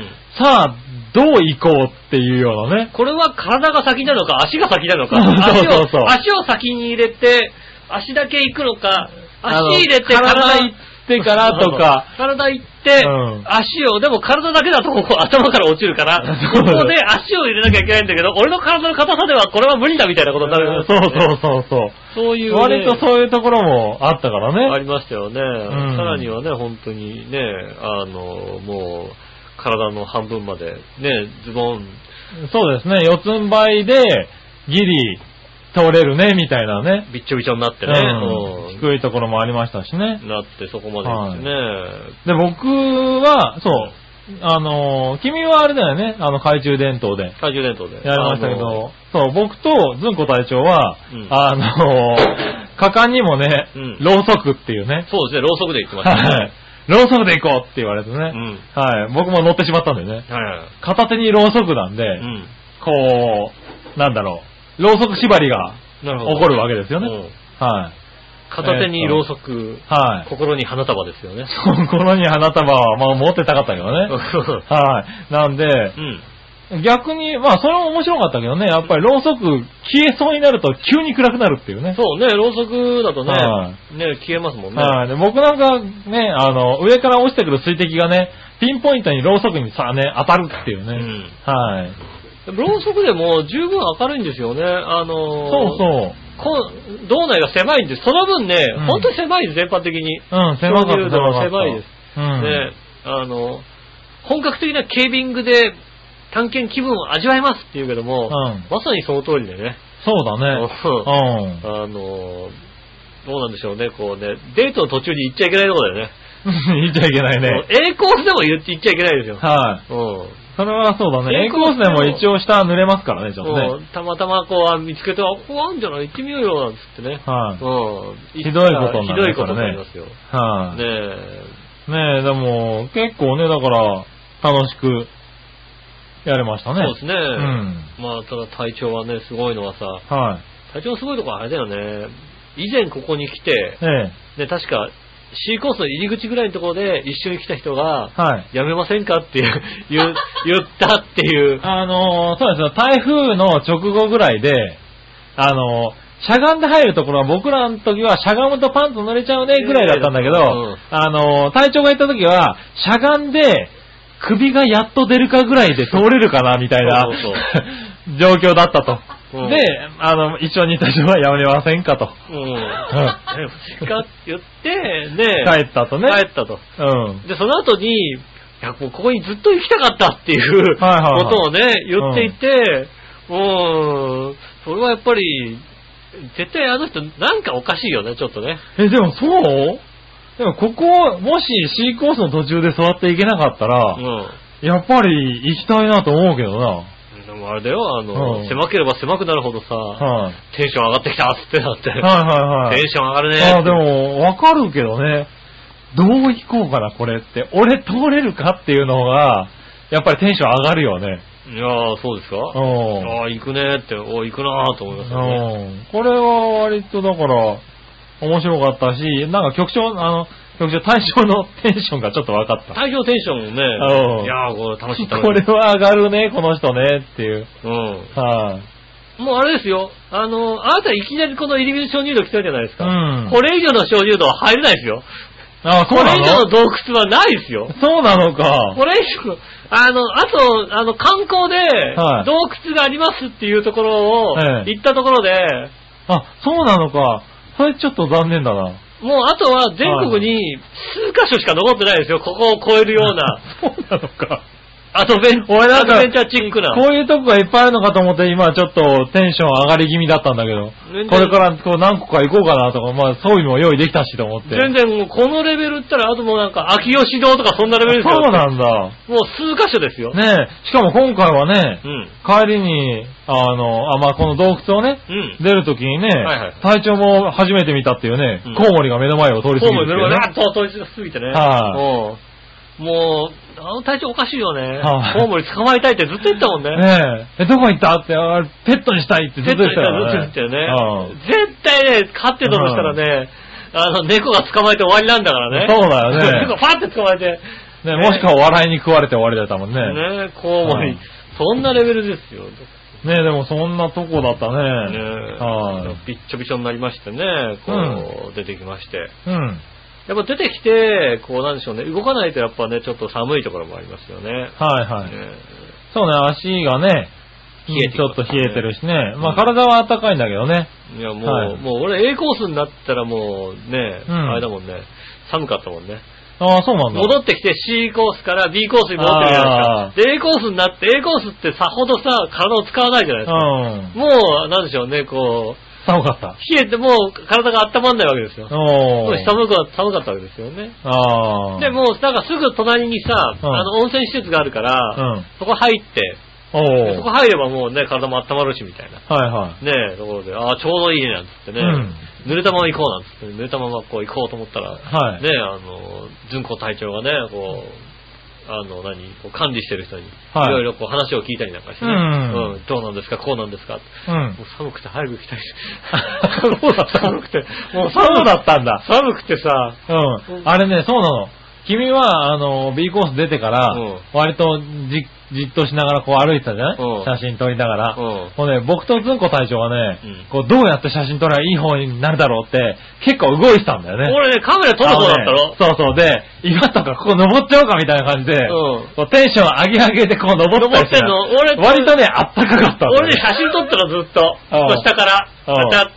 さあ、どう行こうっていうようなね。 これは体が先なのか、足が先なのか。 そうそうそう。 足を先に入れて、足だけ行くのか、足入れて体行ってからとか。 体行って、うん、足を、でも体だけだとここ頭から落ちるから、ここで足を入れなきゃいけないんだけど、俺の体の硬さではこれは無理だみたいなことになる、ね。 そうそうそうそう。 そういう、ね、 割とそういうところもあったからね。 ありましたよね。うん、さらにはね、本当にね、あの、もう、体の半分まで、ね、ズボン。 そうですね、四つん這いで、ギリ、通れるね、みたいなね。 びっちょびちょになってね。 うん、低いところもありましたしね。 なってそこまでですね。はい、 で、僕は、そう、あの、君はあれだよね、あの、懐中電灯で。 懐中電灯で。 やりましたけど、そう、僕とずんこ隊長は、うん、あの、果敢にもね、うん、ろうそくっていうね。 そうですね、ろうそくで行ってましたね。はい。 ろうそくで行こうって言われてね。うん、はい。僕も乗ってしまったんでね。はい。片手にろうそくなんで、うん、こう、なんだろう。ろうそく縛りが起こるわけですよね。はい。 片手にろうそく、えー、はい。心に花束ですよね。 心に花束は、まあ持ってたかったけどね。はい。なんで、うん、逆に、まあそれも面白かったけどね、やっぱりろうそく消えそうになると急に暗くなるっていうね。 そうね、ろうそくだとね、はい、ね、消えますもんね。 はい。で僕なんかね、あの、上から落ちてくる水滴がね、ピンポイントにろうそくにさ、ね、当たるっていうね。うん、はい。 ろうそくでも十分明るいんですよね。あのー、 そうそう。 こ道内が狭いんです。その分ね、うん、本当に狭いです、全般的に。 うん、狭かった。 狭いです。うん。で、あの、本格的なケービングで探検気分を味わえますって言うけども、うん、まさにその通りでね。 そうだね。うん。 あの、どうなんでしょうね、こうね、デートの途中に行っちゃいけないとこだよね。 行っちゃいけないね。 A コースでも言って行っちゃいけないですよ。 はい。うん。それはそうだね。A コースでも一応下濡れますからね、ちょっとね。 たまたまこう見つけて、あ、ここあんじゃない行ってみようよ、なんつってね。 はい、うん。ひどいことになりますからね。ひどいことになりますよ。はい、 ねえ。ねえ、でも、結構ね、だから、楽しくやれましたね。 そうですね。うん。まあ、ただ隊長はね、すごいのはさ、はい。隊長のすごいところはあれだよね。以前ここに来て、ええ、ね、確か、C コースの入り口ぐらいのところで一緒に来た人が、はい。やめませんかっていう言う、言ったっていう。 あのー、そうですよ。台風の直後ぐらいで、あのー、しゃがんで入るところは僕らの時はしゃがむとパンツ濡れちゃうねぐらいだったんだけど、うん、あのー、隊長が行った時は、しゃがんで首がやっと出るかぐらいで通れるかなみたいなそうそうそう状況だったと。うん、で、あの、一緒にいた人はやめませんかと。うん。うん。 かって言って、ね。 帰ったとね。 帰ったと。うん。で、その後に、いや、もうここにずっと行きたかったっていうことをね、はいはいはい、言っていて、うん、もう、それはやっぱり、絶対あの人なんかおかしいよね、ちょっとね。 え、でもそうでもここ、もし C コースの途中で座っていけなかったら、うん、やっぱり行きたいなと思うけどな。 でもあれだよ、あの、うん、狭ければ狭くなるほどさ、はい、テンション上がってきたっつってなって。はいはいはい。テンション上がるね。 ああ、でも、わかるけどね。どう行こうかな、これって。俺通れるかっていうのが、やっぱりテンション上がるよね。 いやー、そうですか？うん。ああ、行くねって、お行くなーと思いますよね。 うん。これは割とだから、面白かったし、なんか局長、あの、局長、対象のテンションがちょっと分かった。 対象テンションね。うん。いやー、これ楽しい楽しい。 これは上がるね、この人ね、っていう。うん。 はい、もうあれですよ。あの、あなたいきなりこの入り口鍾乳洞来たじゃないですか。うん。これ以上の鍾乳洞は入れないですよ。 あ、そうなの？ これ以上の洞窟はないですよ。 そうなのか。 これ以上、あの、あと、あの、観光で、洞窟がありますっていうところを、 はい、 行ったところで、 あ、そうなのか。それちょっと残念だな。 もうあとは全国に数カ所しか残ってないですよ。ここを超えるような。 そうなのか。 アドベン俺なんかアドベンチャーチックな。 こういうとこがいっぱいあるのかと思って今ちょっとテンション上がり気味だったんだけど、これからこう何個か行こうかなとか、まあ装備も用意できたしと思って。 全然もうこのレベルったらあともうなんか秋吉堂とかそんなレベルですよ。 そうなんだ。 もう数カ所ですよ。 ねえ、しかも今回はね、 うん、 帰りに、あの、あ、まあ、この洞窟をね、うん、出るときにね、はいはい、隊長も初めて見たっていうね、うん、コウモリが目の前を通り過ぎるっていうね。コウモリ目の前を通り過ぎてね。はい、もう、あの隊長おかしいよね。はあ、コウモリ捕まえたいってずっと言ったもんね。 ねえ。え、どこ行ったって、あペットにしたいってずっと言ったよね。 ペットにしたいずっと言ったよね。はあ、絶対ね、飼ってたとしたらね、あの、猫が捕まえて終わりなんだからね。 そうだよね。 猫がパッて捕まえて。 ね、もしくは笑いに食われて終わりだったもんね。 ねコウモリ、はあ。そんなレベルですよ。 ねえ、でもそんなとこだったね。ねえ。はい。びっちょびちょになりましてね、こう、うん、出てきまして。うん。やっぱ出てきて、こうなんでしょうね、動かないとやっぱね、ちょっと寒いところもありますよね。 はいはい。ね、そうね、足がね、冷えて、ね、ちょっと冷えてるしね。まあ体は暖かいんだけどね。 いやもう、はい、もう俺 A コースになったらもうね、うん、あれだもんね、寒かったもんね。 ああ、そうなんだ。 戻ってきて C コースから B コースに戻ってるじゃないですか。で、A コースになって、A コースってさほどさ、体を使わないじゃないですか。うん、もう、なんでしょうね、こう、 寒かった。 冷えてもう体が温まんないわけですよ。おー。寒かった、寒かったわけですよね。ああ。で、もうなんかすぐ隣にさ、うん、あの温泉施設があるから、うん、そこ入って、おそこ入ればもうね、体も温まるしみたいな。はいはい。ねえ、ところで、ああ、ちょうどいいね、なんつってね。うん、濡れたまま行こうなんつって、濡れたままこう行こうと思ったら、はい。ねえ、あの、ずんこ隊長がね、こう、あの、何、こう管理してる人に、はい、いろいろこう話を聞いたりなんかしてね、うん、うん、どうなんですか、こうなんですか、うん、もう寒くて早く行きたいし。そうだった。寒くて、もう寒だったんだ。寒くてさ、 うん。あれね、そうなの。君は、あの、B コース出てから、うん、割とじ、じっとしながらこう歩いてたじゃない、うん、写真撮りながら。うん、もうね、僕とずんこ隊長がね、うん、こう、どうやって写真撮ればいい方になるだろうって、結構動いてたんだよね。 俺ね、カメラ撮る方だったろ、 ね、そうそう。で、今とかここ登っちゃおうかみたいな感じで、うん、こうテンション上げ上げてこう登ったりして。登ってんの俺、割とね、あったかかったんだよ、ね。 俺ね、写真撮ったらずっと、下から、当たって、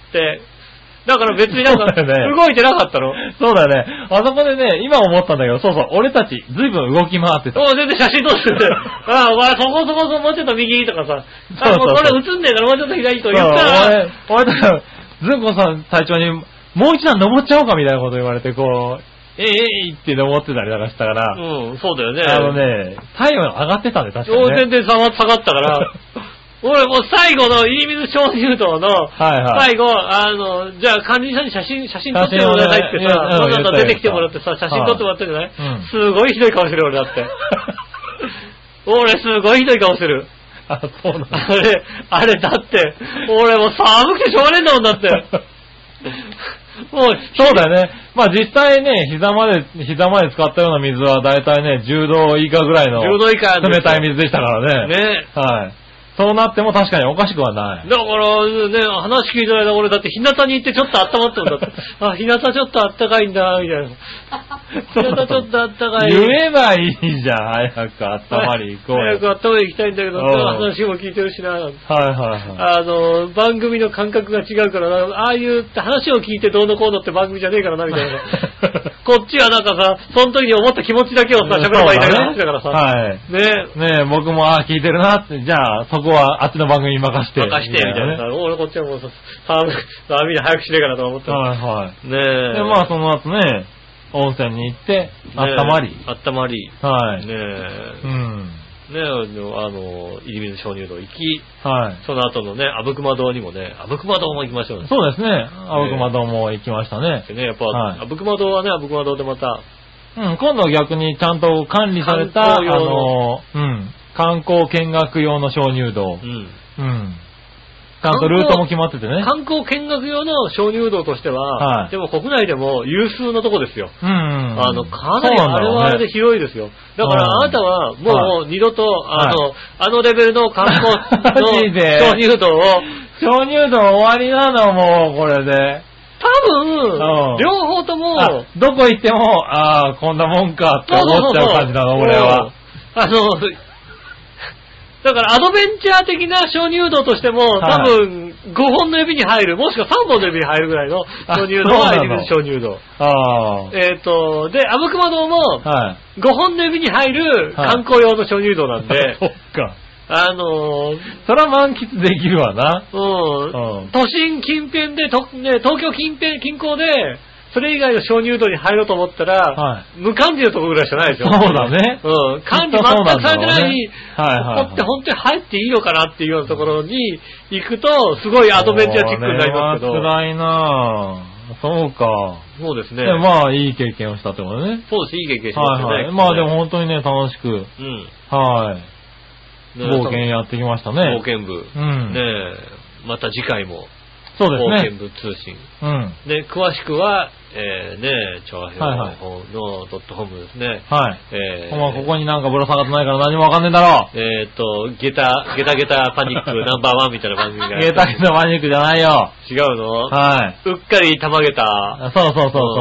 だから別になんか、動いてなかったの。 そうだよね。あそこでね、今思ったんだけど、そうそう、俺たち、ずいぶん動き回ってた。 そう、全然写真撮ってて。ああ、お前、そこそこそこ、もうちょっと右とかさ。あ、もうこれ映んねえからもうちょっと左と言ったら。 俺、俺たち、ずんこさん隊長に、もう一段登っちゃおうかみたいなこと言われて、こう、えええいって登ってたりなんかしたから。 うん、そうだよね。 あのね、体温上がってたね、確かに、ね。 全然下がったから。俺もう最後の入り水鍾乳洞の、はいはい、最後、あの、じゃあ管理者に写真、写真撮ってもらってさ、わざわざ出てきてもらってさ、写真撮ってもらったじゃない、うん、すごいひどい顔してる俺だって。俺すごいひどい顔してる。 あ、そうなんだ。 あれ、あれだって、俺もう寒くてしょうがねえんだもんだって。 もう、そうだよね。まあ実際ね、膝まで、膝まで使ったような水はだいたいね、じゅうど以下ぐらいの。 じゅうど以下冷たい水でしたからね。 ね。 はい。そうなっても確かにおかしくはない。 だからね、話聞いてない間俺だって日向に行ってちょっと温まってもんだって。あ、日向ちょっと暖かいんだ、みたいな。日向ちょっと暖かい。 言えばいいじゃん、早く温まり行こう。 早く温まり行きたいんだけど、話も聞いてるしな。はいはいはい。 あの、番組の感覚が違うからな、ああいう話を聞いてどうのこうのって番組じゃねえからな、みたいな。こっちはなんかさ、その時に思った気持ちだけをさ、喋ればいいだけの話だからさ。 はい。ねね僕も、ああ、聞いてるなって、じゃあ、そこはあっちの番組に任して。 任して、みたいなさ。俺こっちはもうさ、寒い、みんな早くしねえからと思って。 はいはい。 ねえ。 で、まあその後ね、温泉に行って、温まり。 温まり。 はい。 ねえ。うん。ねえ、あの、入り水鍾乳洞行き、 はい。 その後のね、阿武隈堂にもね、阿武隈堂も行きましょうね。 そうですね。阿武隈堂も行きましたね。 でね、やっぱ、阿武隈堂はね、阿武隈堂でまた、 うん、今度は逆にちゃんと管理された、あの、うん、観光見学用の鍾乳洞。うん。うん。ちゃんとルートも決まっててね。 観光見学用の鍾乳洞としては、はい、でも国内でも有数のとこですよ。うん、うん。あの、かなりあれはあれで広いですよ。だからあなたはもう二度と、はい、あの、はい、あのレベルの観光の鍾乳洞を、 鍾乳洞終わりなのもうこれで。 多分、両方とも、 どこ行っても、ああ、こんなもんかって思っちゃう感じだな、俺は。 あの、だからアドベンチャー的な鍾乳洞としても、多分ごほんの指に入る、もしくはさんぼんの指に入るぐらいの鍾乳洞は入る鍾乳洞。あえっと、で、阿武隈洞もごほんの指に入る観光用の鍾乳洞なんで、 そっか。 あのー、 それは満喫できるわな。 うん。うん、都心近辺で、とね、東京近辺、近郊で、それ以外の鍾乳洞に入ろうと思ったら、はい、無管理のところぐらいしかないでしょ。 そうだね。 うん。管理全くされてない、ね、はいはいはい、ここって本当に入っていいのかなっていうようなところに行くと、すごいアドベンチャーチックになりますけど。 辛いなぁ。そうか。 そうですね。 でまあ、いい経験をしたってことね。 そうです、いい経験しましたね。はいはい、 まあでも本当にね、楽しく。うん。はい。冒険やってきましたね。 冒険部。うん。ねえ、また次回も。 そうですね。 冒険部通信。うん。で、詳しくは、えー、ね、調和表の方のドットホームですね。 はい。えー、お前ここになんかぶら下がってないから何もわかんねえだろ。 えーっと、ゲタ、ゲタゲタパニックナンバーワンみたいな番組が。 ゲタゲタパニックじゃないよ。 違うの？ はい。 うっかり玉ゲタ。 そうそうそうそう。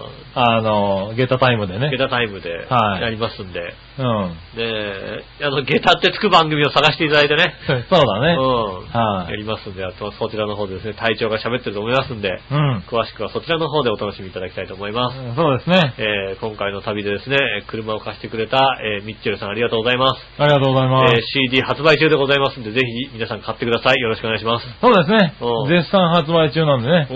あの、ゲタタイムでね。 ゲタタイムでやりますんで。うん。で、あの、ゲタってつく番組を探していただいてね。 そうだね。 うん。はい。やりますんで、あとそちらの方でですね、隊長が喋ってると思いますんで、うん。詳しくはそちらの方でお楽しみいただきたいと思います。 そうですね。 えー、今回の旅でですね、車を貸してくれた、えー、ミッチェルさんありがとうございます。 ありがとうございます。 えー、シーディー 発売中でございますんで、ぜひ皆さん買ってください。よろしくお願いします。 そうですね。絶賛発売中なんでね。うん。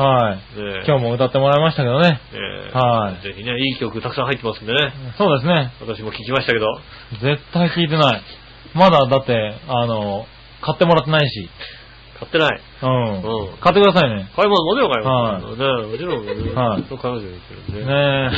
はい。ね、今日も歌ってもらいましたけどね。えー、はい。 ぜひね、いい曲たくさん入ってますんでね。 そうですね。 私も聴きましたけど。 絶対聴いてない。まだだって、あの、買ってもらってないし。 買ってない。 うん。うん、買ってくださいね。 買い物、もちろん買います。はい。ねもちろん、ね。はい。そう彼女ですけどね。ね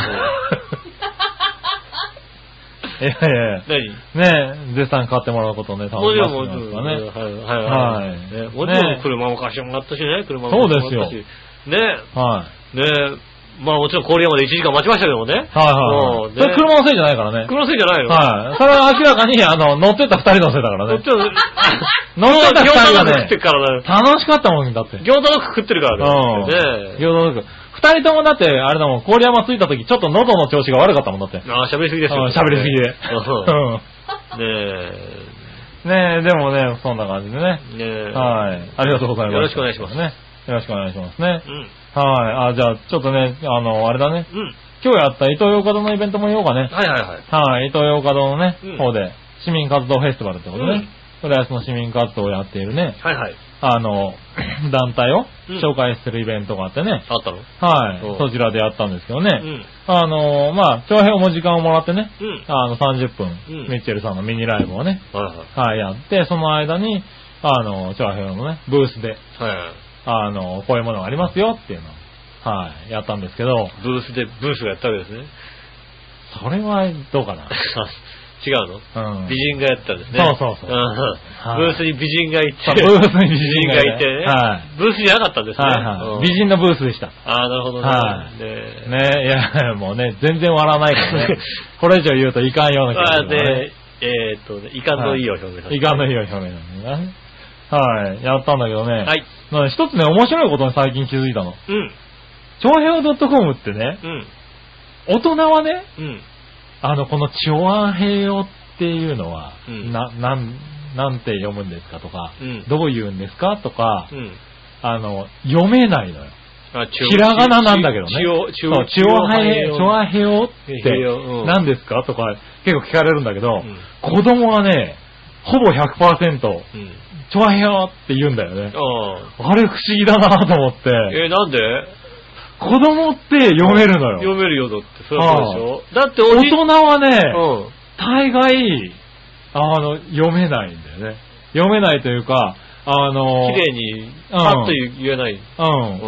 え。いやいや何ねえ、絶賛買ってもらうことね、 楽しみますからね。はいはいはい。ねもちろん車も貸してもらったしね、車も貸してもらったし。そうですよ。ねはい。ねえ。まあもちろん郡山でいちじかん待ちましたけどもね。はいはい、はい。それ車のせいじゃないからね。 車のせいじゃないのはい。それは明らかに、あの、乗ってた二人のせいだからね。乗ってた二人がね、楽しかったもんだって。 餃子の服食ってるからね。 餃子の服。二人ともだって、あれだもん、郡山着いた時、ちょっと喉の調子が悪かったもんだって。 ああ、喋りすぎですよ。 喋りすぎで。うん。 ねえ。 ねえ、でもね、そんな感じでね。ねえ。はい。ありがとうございます。よろしくお願いしますね。 よろしくお願いしますね。うん。はい。あ、じゃあ、ちょっとね、あの、あれだね。うん。今日やった伊東洋華堂のイベントも言おうかね。 はいはいはい。 はい。伊東洋華堂のね、うん、方で、市民活動フェスティバルってことね。うん。浦安の市民活動をやっているね。 はいはい。 あの、団体を紹介するイベントがあってね。 あったの？ はい。そちらでやったんですけどね。うん。あの、まあ、長編も時間をもらってね。うん。あの、さんじゅっぷん、うん、ミッチェルさんのミニライブをね。はいはい。はい、やって、その間に、あの、長編のね、ブースで。はいはい。あの、こういうものがありますよっていうのを、はい、やったんですけど。 ブースで、ブースがやったわけですね。 それはどうかな。 違うの、うん、美人がやったんですね。 そうそうそう。 ブースに美人がいて。 ブースに美人がいてね。はい。ブースじゃなかったんですね。はいはい、美人のブースでした。 ああ、なるほどね。はい。 ねねいや、もうね、全然笑わないからね。これ以上言うといかんような気がする、ね。 で、えー、っとね、いかんのいいを表明させて。 いかんのいいを表明なんだね。はい。やったんだけどね。はい。一つね、面白いことに最近気づいたの。うん。長平 .com ってね、うん。大人はね、うん。あの、このチョアヘヨっていうのは、うん、な、なん、なんて読むんですかとか、うん、どう言うんですかとか、うん、あの、読めないのよ。あ、ひらがななんだけどね。チオ、チオ、チオハヘヨ、チョアヘヨって何ですかとか結構聞かれるんだけど、うん、子供はね、ほぼ ひゃくパーセント、うん、チョアヘヨって言うんだよね。あ, あれ不思議だなと思って。 え、なんで子供って読めるのよ。 読めるよ、だって。それはそうでしょ。だって大人はね、うん、大概、あの、読めないんだよね。読めないというか、あの、 綺麗に、パッと言えない。うん。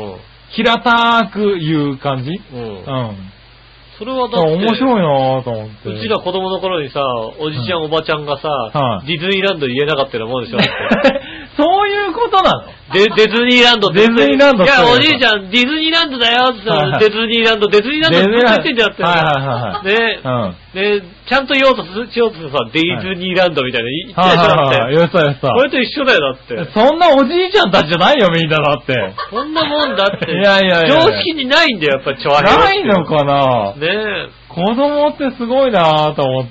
うん。平たく言う感じ。うん。うん。 それはだって。 面白いなぁと思って。 うちら子供の頃にさ、おじちゃん、うん、おばちゃんがさ、はい、ディズニーランド言えなかったようなもんでしょ。 そういうことなの？ ディズニーランド、 ディズニーランドいや、おじいちゃん、ディズニーランドだよって言ったら、ディズニーランド、ディズニーランドって言ってんじゃんって。 はいはいはい。 ね、うん。ね、ちゃんと言おうとしようとさ、ディズニーランドみたいな言ってたじゃんって。 言ってた言ってた。 これと一緒だよ、だって。 そんなおじいちゃんたちじゃないよ、みんなだって。 そんなもんだって。 いやいやいや。 常識にないんだよ、やっぱりチョアヘヨ。 ないのかなねえ。 子供ってすごいなぁと思って。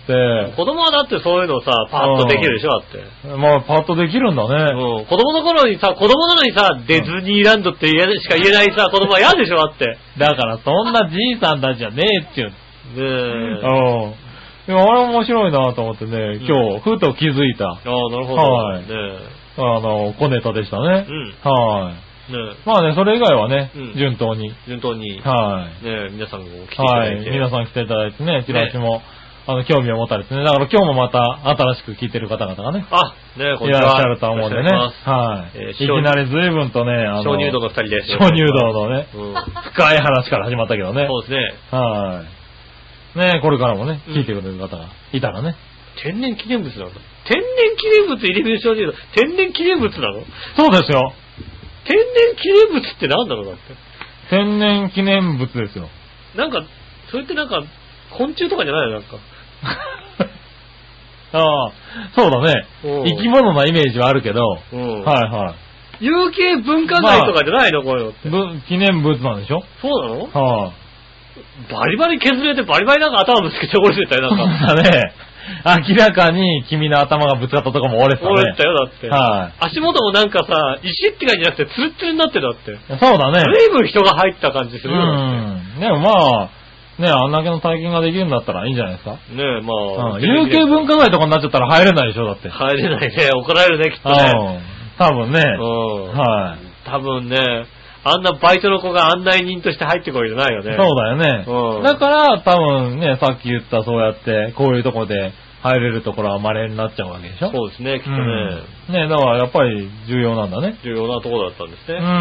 子供はだってそういうのさ、パッとできるでしょ、だって。 まあ、パッとできるんだね。 うん。子供の頃にさ、子供なのにさ、ディズニーランドって言えしか言えないさ、子供は嫌でしょ、だって。 だから、そんなじいさんたちじゃねえっていう。ねえ。 うん。でもあれ面白いなと思ってね、今日、ふと気づいた。ああ、なるほど。 はい。 ねあの、小ネタでしたね。 うん。 はい。ね、まあね、それ以外はね、うん、順当に。 順当に。 はい。 ね、皆さんも来ていただいて。 はい。皆さん来ていただいてね、チラシも、ね、あの、興味を持たれてね。だから今日もまた新しく聞いてる方々がね。 あ、ね、こんにちは。いらっしゃると思うんでね。はい。えー、いきなり随分とね、あの、 鍾乳洞の二人です。 鍾乳洞のね、うん、深い話から始まったけどね。 そうですね。 はい。ね、これからもね、聞いてくれる方がいたらね。 天然記念物なの？天然記念物入り口鍾乳洞。天然記念物なの？ そうですよ。 天然記念物って何だろうだって。 天然記念物ですよ。 なんか、それってなんか、昆虫とかじゃないのなんか。 ああ、そうだね。生き物なイメージはあるけど、 うん、 はいはい。 有形文化財とかじゃないの、こういうのって。 記念物なんでしょ？ そうなの？ はあ。 バリバリ削れてバリバリなんか頭ぶつけて折れてたよ、なんか。そうだね。明らかに君の頭がぶつかったとこも折れてたね。 折れてたよ、だって。 はい。 足元もなんかさ、石って感じじゃなくてツルッツルになってるだって。 そうだね。 随分人が入った感じするよ。 うん。でもまあ、ね、あんだけの体験ができるんだったらいいんじゃないですか。ねえ、まあ。 うん、有形文化財とかになっちゃったら入れないでしょ、だって。 入れないね。怒られるね、きっとね。 多分ね。 うん。はい。多分ね。あんなバイトの子が案内人として入ってこいじゃないよね。 そうだよね。うん。だから多分ね、さっき言ったそうやって、こういうとこで入れるところは稀になっちゃうわけでしょ。 そうですね、きっとね。うん、 ね、だからやっぱり重要なんだね。 重要なところだったんですね。 うん。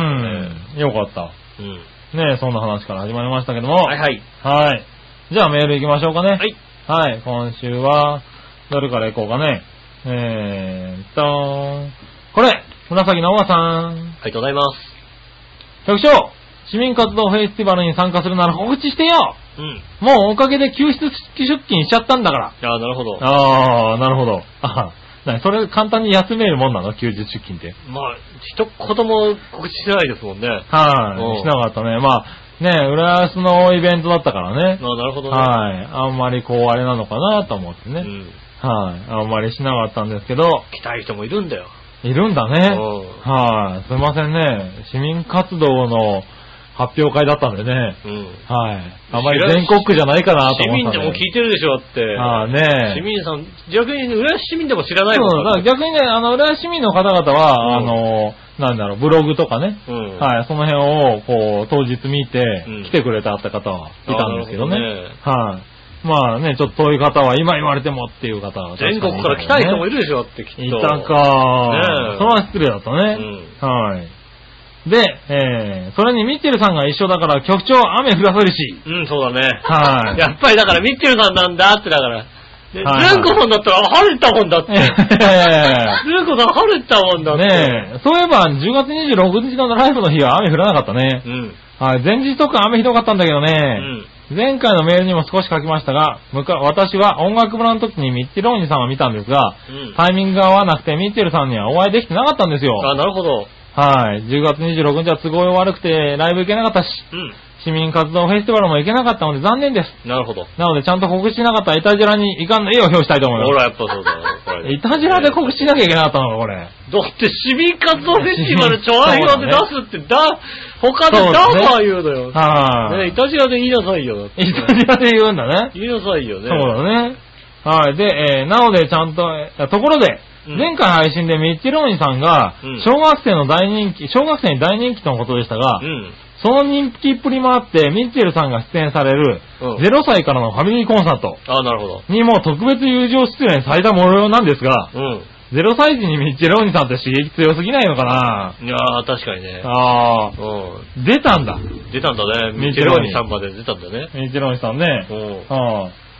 ね、よかった。うん。ね、そんな話から始まりましたけども。 はいはい。 はい。じゃあメール行きましょうかね。 はい。 はい、今週は、どれから行こうかね。えーっと、これ、紫のおばさん。 ありがとうございます。 局長、市民活動フェスティバルに参加するなら告知してよ。うん。もうおかげで救出出勤しちゃったんだから。 ああ、なるほど。 ああ、なるほど。ああ、それ簡単に休めるもんなの休日出勤って。 まあ、一言も告知してないですもんね。 はい、あ、しなかったね。まあ、ね、浦安のイベントだったからね。 ああ、なるほどね。 はい。あんまりこうあれなのかなと思ってね。うん。はい、あんまりしなかったんですけど。 来たい人もいるんだよ。 いるんだね。はい、すいませんね。市民活動の発表会だったんでね。うん。はい。あまり全国区じゃないかなと思った、ね。 市民でも聞いてるでしょ、だって。 ああね。 市民さん、逆に浦安市民でも知らないもん。 そう、だから逆にね、あの、浦安市民の方々は、うん、あの、なんだろう、ブログとかね。うん。はい、その辺を、こう、当日見て、うん、来てくれたって方はいたんですけどね。どねはい。まあね、ちょっとそういう方は今言われてもっていう方は、 ね、全国から来たい人もいるでしょってきっと。 いたか、ね、それは失礼だったね。うん、はい。で、えー、それにミッチェルさんが一緒だから局長雨降らせるし。 うん、そうだね。 はい。 やっぱりだからミッチェルさんなんだってだから。ズンコさんだったら晴れたもんだって。ズンコさん晴れたもんだって。 ねえ、そういえばじゅうがつにじゅうろくにちのライブの日は雨降らなかったね。うん。はい、前日とか雨ひどかったんだけどね。うん。前回のメールにも少し書きましたが、私は音楽村の時にミッチェルお兄さんを見たんですが、うん、タイミングが合わなくてミッチェルさんにはお会いできてなかったんですよ。 あ、なるほど。 はい。じゅうがつにじゅうろくにちは都合悪くてライブ行けなかったし、うん、市民活動フェスティバルも行けなかったので残念です。 なるほど。 なのでちゃんと告知しなかったイタジラに遺憾の絵を表したいと思います。 ほら、やっぱそうだよ。 イタジラで告知しなきゃいけなかったのか、これ。 だって市民活動フェスティバルちょあいよで出すって、だ、他でダーバー言うのよ。はい、ね。イタジラで言いなさいよ。 イタジラで言うんだね。 言いなさいよね。 そうだね。はい。で、えー、なのでちゃんと、ところで、うん、前回配信でミッチェルお兄さんが、小学生の大人気、小学生に大人気とのことでしたが、うん、その人気っぷりもあって、ミッチェルさんが出演される、ゼロさいからのファミリーコンサートにも特別友情出演された模様なんですが、うん、ゼロさい児にミッチェルお兄さんって刺激強すぎないのかな。 いやー、確かにね。 ああ、うん、出たんだ。 出たんだね。ミッチェルお兄さんまで出たんだね。 ミッチェルお兄さんね。うん、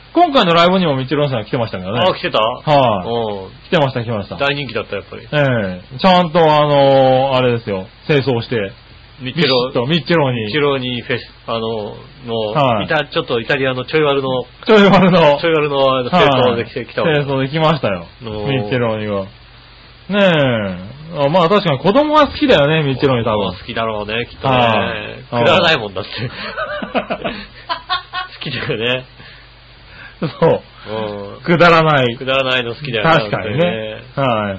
今回のライブにもみちろんさん来てましたけどね。 あ、来てた？ はい、あ、来てました、来てました。 大人気だった、やっぱり。 ええー、ちゃんとあのー、あれですよ、清掃して、 ミッチェロと、ミッチェロに。 ミッチェロにフェス、あの、の、はい、イタ、ちょっとイタリアのちょい悪の、 ちょい悪の、 ちょい悪の清掃で来てきたわ。 清掃で来ましたよ。ミッチェロには。ねえ。あ、まあ確かに子供は好きだよね、ミッチェロに多分。 好きだろうね、きっとね。くだらないもんだって。好きだよね。 そう。うん、くだらない。 くだらないの好きだよね。 確かにね。はいはい。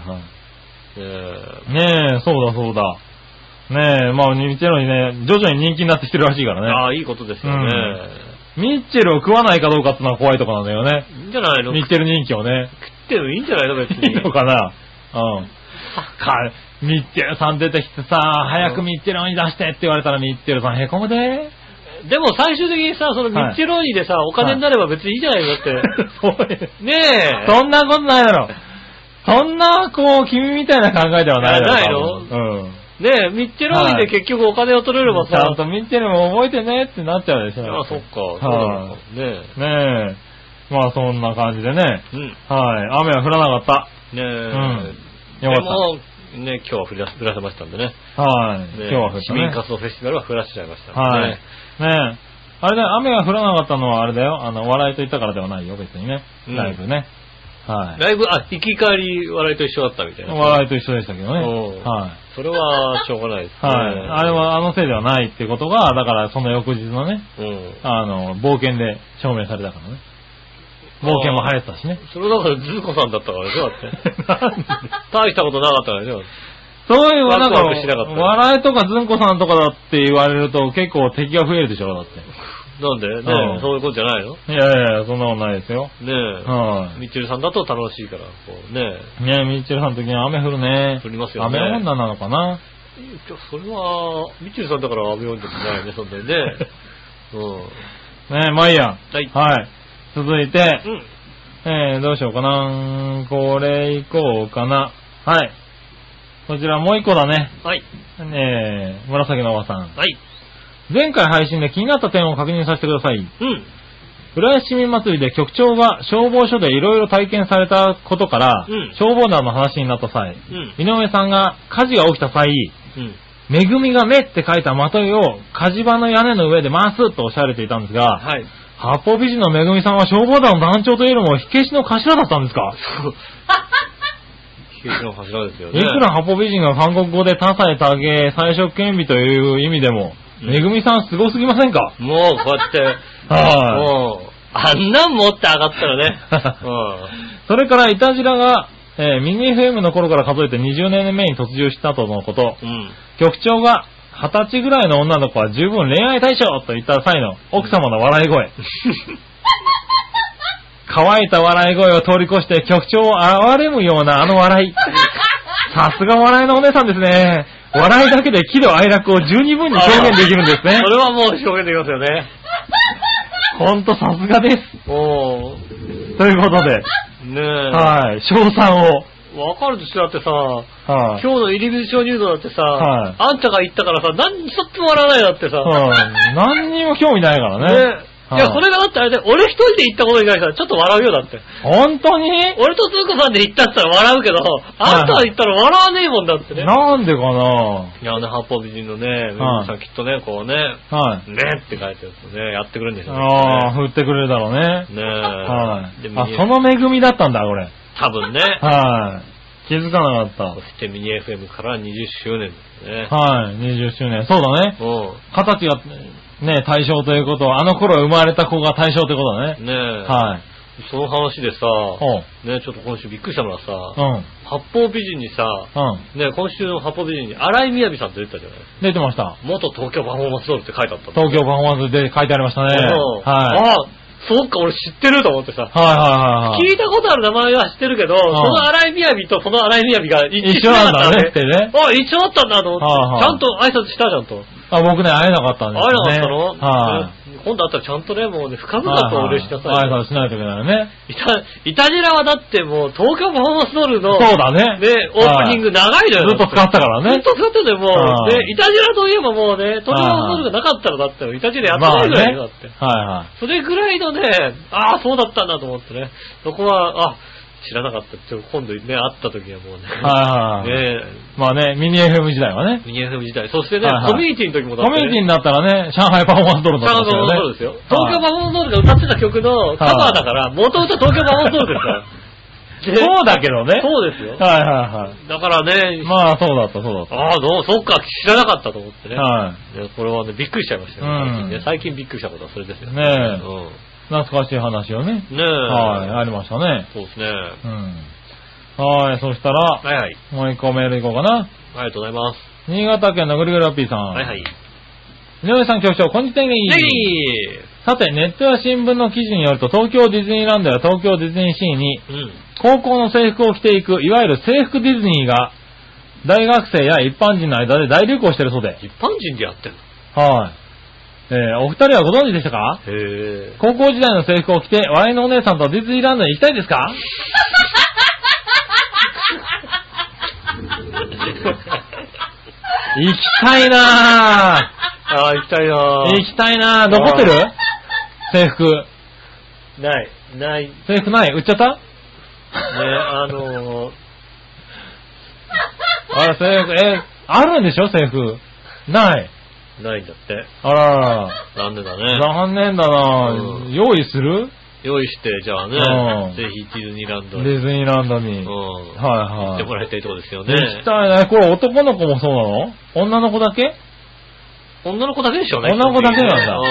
ねえ、そうだそうだ。ねえ、まあ、ミッチェロにね、徐々に人気になってきてるらしいからね。 ああ、いいことですよね、 うん。ミッチェルを食わないかどうかってのは怖いとこなんだよね。 いいんじゃないの？ ミッチェル人気をね。 食ってもいいんじゃないの別に。 いいのかな？うん。か、ミッチェルさん出てきてさ、早くミッチェルに出してって言われたらミッチェルさんへこむで。 でも最終的にさ、そのミッチェローニでさ、はい、お金になれば別にいいじゃないのって。 そうねえ。 そんなことないだろ。そんな、こう、君みたいな考えではないだろ。 ないの？ うん。 ねえ、ミッチェローニで結局お金を取れればさ。 ちゃんとミッチェルも覚えてねってなっちゃうでしょ。 あ、そっか。そうなのか。ねえ。 ねえ。まあそんな感じでね。 うん。 はい。雨は降らなかった。 ねえ。うん。 よかった。 でも、ね、今日は降らせましたんでね。 はい。今日は降ったね。 市民活動フェスティバルは降らせちゃいましたね。 はい。ねえ。あれだよ、雨が降らなかったのはあれだよ。あの、笑いと言ったからではないよ、別にね。ライブね。はい。 ライブ、あ、行き帰り笑いと一緒だったみたいな。 笑いと一緒でしたけどね。はい。 それはしょうがないですね。 はい。あれはあのせいではないってことが、だからその翌日のね、うん、あの、冒険で証明されたからね。冒険も流行ったしね。 それだからズーコさんだったからでしょ、だって。なんで大したことなかったからでしょ。 そういう、なんか、笑いとかズンコさんとかだって言われると結構敵が増えるでしょ、だって。 なんでねえ、そういうことじゃないの？ いやいや、そんなことないですよ。 ねえ。はい。ミッチェルさんだと楽しいから、こうねえ。ねえ、ミッチェルさんの時に雨降るね。 降りますよね。 雨女なのかな？ それは、ミッチェルさんだから雨女じゃないね、そんなにね。 うん。ねえ、まあいいや。 はい。 はい。続いて、 うん。 えー、どうしようかな。これいこうかな。はい。こちらもう一個だね。 はい。 えー、紫のおばさん。 はい。 前回配信で気になった点を確認させてください。 うん。 浦安市民祭りで局長が消防署でいろいろ体験されたことから、うん、消防団の話になった際、うん、井上さんが火事が起きた際、うん、めぐみが目って書いたまといを火事場の屋根の上で回すとおっしゃられていたんですが、はい、八方美人のめぐみさんは消防団の団長というよりも火消しの頭だったんですか？ 火消しの頭ですよね。 いくら八方美人が韓国語で多彩多芸、彩色兼備という意味でも、めぐみさんすごすぎませんか？ もうこうやって、はい、もう、あんなん持って上がったらね。うん、 それから、イタジラが、えー、ミニ エフエム の頃から数えてにじゅうねんめに突入したとのこと。うん、局長が、はたちぐらいの女の子は十分恋愛対象と言った際の奥様の笑い声。乾いた笑い声を通り越して局長を憐れむようなあの笑い。さすが笑いのお姉さんですね。笑いだけで喜怒哀楽を十二分に表現できるんですね。 それはもう表現できますよね。 ほんとさすがです。おー。ということで。 ねえ。 はい。賞賛を。 わかるとしてだってさ、はい、今日の入り口小入道だってさ、はい、あんたが言ったからさ、何一つも笑わないだってさ。 はい、何にも興味ないからね。ねいや、それがだってあれで、俺一人で行ったことに関してはちょっと笑うよ、だって。 本当に？ 俺とつーこさんで行ったって言ったら笑うけど、あんたが行ったら笑わねえもんだってね。 なんでかないやね、八方美人のね、めぐみさんきっとね、こうね、はい。ねって書いてるとね、やってくれるんでしょうね。 ああ、振ってくれるだろうね。 ねえ。 はい。あ、そのめぐみだったんだ、これ。 多分ね。 はい。気づかなかった。 そしてミニ エフエム からにじゅっしゅうねんですね。 はい、にじゅっしゅうねん。そうだね。うん。形が、ね、対象ということは、あの頃生まれた子が対象ということだね。 ねえ。 はい。 その話でさ、ね、ちょっと今週びっくりしたのはさ、うん、八方美人にさ、うん、ね、今週の八方美人に荒井みやびさんって出てたじゃないですか。 出てました。 元東京パフォーマンスドールって書いてあった。 東京パフォーマンスで書いてありましたね。はい。 ああ、そっか、俺知ってると思ってさ。 はいはいはい、はい。 聞いたことある名前は知ってるけど、うん、その荒井みやびとその荒井みやびが一緒なんだねってね。 あ、一緒だったんだと思って、はいはい、ちゃんと挨拶したじゃんと。 あ、僕ね、会えなかったんですよね。 会えなかったの？ はい、 今度あったらちゃんとね、もうね、深々とお礼しなさい。 はいはい、しないといけないよね。 いた、いたじらはだってもう、東京パフォーマンスドールの、 そうだね。 ね、オープニング長いのよ。 ずっと使ったからね。 ずっと使っててもう、ね、いたじらといえばもうね、東京パフォーマンスドールがなかったらだって、いたじらやってないぐらいだって。 はいはい。 それぐらいのね、ああ、そうだったんだと思ってね。そこは、あ、知らなかった。ちょっと今度ね、会った時はもうね。 はいはい。ねまあね、ミニ エフエム 時代はね。 ミニ エフエム 時代。そしてね、コミュニティの時もだって、 コミュニティになったらね、上海パフォーマンスドールの上海パフォーマンスドールですよ。東京パフォーマンスドールが歌ってた曲のカバーだから、元々東京パフォーマンスドールですから。 そうだけどね。 そうですよ。 はいはいはい。 だからね。 まあそうだった、そうだった。 ああ、どう、そっか、知らなかったと思ってね。 はい。 これはね、びっくりしちゃいましたよ、最近ね。最近びっくりしたことはそれですよね。 ねえ。懐かしい話をね。 ねえ。 はい、ありましたね。 そうですね。 うん。はい、そしたら、 はいはい。 もう一個メールいこうかな。 ありがとうございます。 新潟県のぐるぐるおっぴーさん。 はいはい。 井上さん局長、こんにちは。さて、ネットや新聞の記事によると、東京ディズニーランドや東京ディズニーシーに、うん、高校の制服を着ていく、いわゆる制服ディズニーが、大学生や一般人の間で大流行しているそうで。 一般人でやってるの？はい。えー、お二人はご存知でしたか？へー。高校時代の制服を着て、笑いのお姉さんとディズニーランドに行きたいですか？行きたいなぁ。 ああ、行きたいなぁ。 行きたいなぁ。残ってる？制服。 ない。ない。 制服ない？売っちゃった？ね、 あのー、 あら、制服、え、あるんでしょ制服。ない。 ないんだって。 あらら。 残念だね。 残念だなぁ、うん。用意する？ 用意して、じゃあね、うん、ぜひディズニーランドに。 ディズニーランドに。うん。はいはい。 行ってもらいたいところですよね。 行きたいね。これ男の子もそうなの？女の子だけ？ 女の子だけでしょうね。 女の子だけなんだ。うん。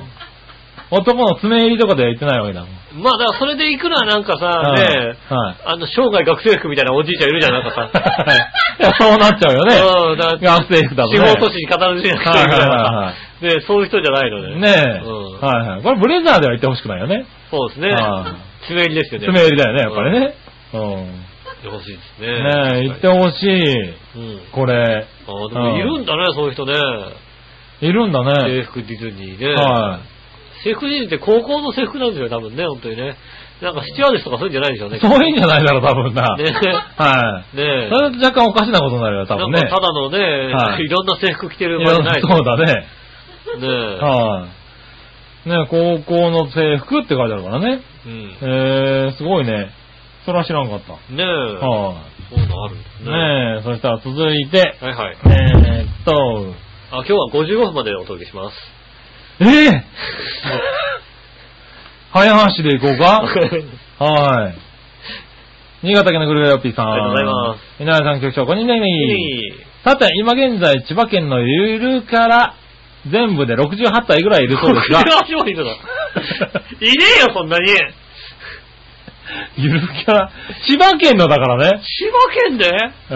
男の爪入りとかでは行ってないわけだもん。 まあだからそれで行くのはなんかさ、ね、はい、あの、生涯学生服みたいなおじいちゃんいるじゃん、なんかさ。 いや、そうなっちゃうよね。うん、だ学生服だとね。 地方都市に必ずしなくていいからさ。ね、そういう人じゃないので。 ねえ。うん、はいはい。これブレザーでは行ってほしくないよね。 そうですね。爪入りですよね。 爪入りだよね、やっぱりね。うん。 行ってほしいですね。 ねえ、行ってほしい。うん。これ。 ああ、でもいるんだね、そういう人ね。 いるんだね。 制服ディズニーね。はい。制服ディズニーって高校の制服なんですよ、多分ね、本当にね。なんかスチュワーデスとかそういうんじゃないでしょうね。 そういうんじゃないだろう、多分な。ね。はい。 ねそれだと若干おかしなことになるよ、多分ね。 なんかただのね、はい、いろんな制服着てる場合じゃない。 そうだね。 ねえ。 はい。ね高校の制服って書いてあるからね。うん。えー、すごいね。それは知らんかった。 ねえ。はい。そういうのあるんですね。 ねえ、そしたら続いて。 はいはい。 えーっと。 あ、今日はごじゅうごふんまでお届けします。 ええー、早足でいこうかはい。新潟県のぐるぐるよっぴーさん。 ありがとうございます。 井上さん局長、こんにちは。さて、今現在、千葉県のゆるから全部でろくじゅうはちたいぐらいいるそうですが。 ろくじゅうはちもいるのいねえよ、そんなに。 ゆるキャラ、千葉県のだからね。 千葉県でうん。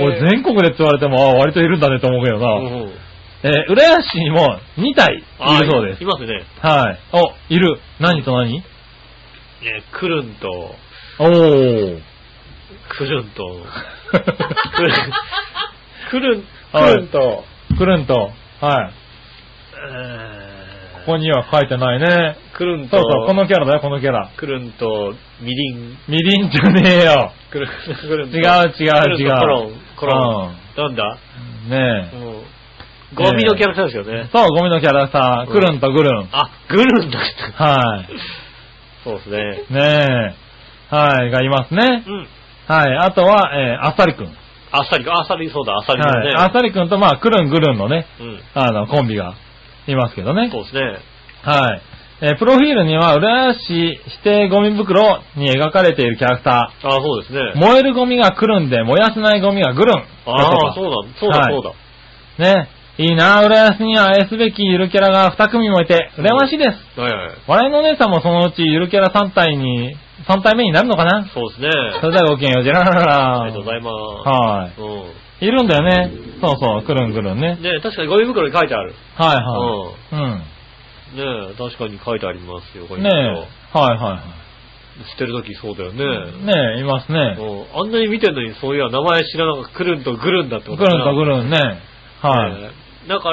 俺全国でって言われても、ああ、割といるんだねと思うけどな。うん、えー、浦安市にもにたいいるそうです。 いますね。 はい。お、いる。何と何？ えー、クルンと、 おー。 クルンと、クルン、クルン、クルンと、 クルンと、はい。えーここには書いてないね。 クルンと。 そうそう、このキャラだよ、このキャラ。 クルンと、ミリン。 ミリンじゃねえよ。 クルン、クルンと。 違う違う違う。 コロン、コロン。なんだねえ。 ゴミのキャラクターですよね。 そう、ゴミのキャラクター。クルンとグルン。 あ、グルンだった。 はい。 そうですね。 ねえ。はい、がいますね。うん。はい、あとは、えー、あっさりくん。 あっさりくん、あっさり、そうだ、あっさりくんね。 あっさりくんと、まあ、クルングルンのね、うん。あの、コンビが。いますけどね。 そうですね。 はい。えー、プロフィールには、浦安市指定ゴミ袋に描かれているキャラクター。 ああ、そうですね。 燃えるゴミが来るんで、燃やせないゴミがグルン。 ああ、そうだ、そうだ、そうだ。 ね。いいなぁ、浦安には愛すべきゆるキャラがに組もいて、羨ましいです。 はいはい。 笑いのお姉さんもそのうちゆるキャラさん体に、さん体目になるのかな？ そうですね。 それではごきげんよう、ジェラララ。 ありがとうございます。 はい。うん。いるんだよね。そうそう、くるんくるんね。 ね確かにゴミ袋に書いてある。 はいはい。うん。 ねえ、確かに書いてありますよ、これ。 ねえ。はいはいはい。 捨てるときそうだよね。 ねえ、いますね。 あんなに見てるのにそういや名前知らなかった。くるんとぐるんだってことぐるんとぐるんね。はい。 なんかあれで、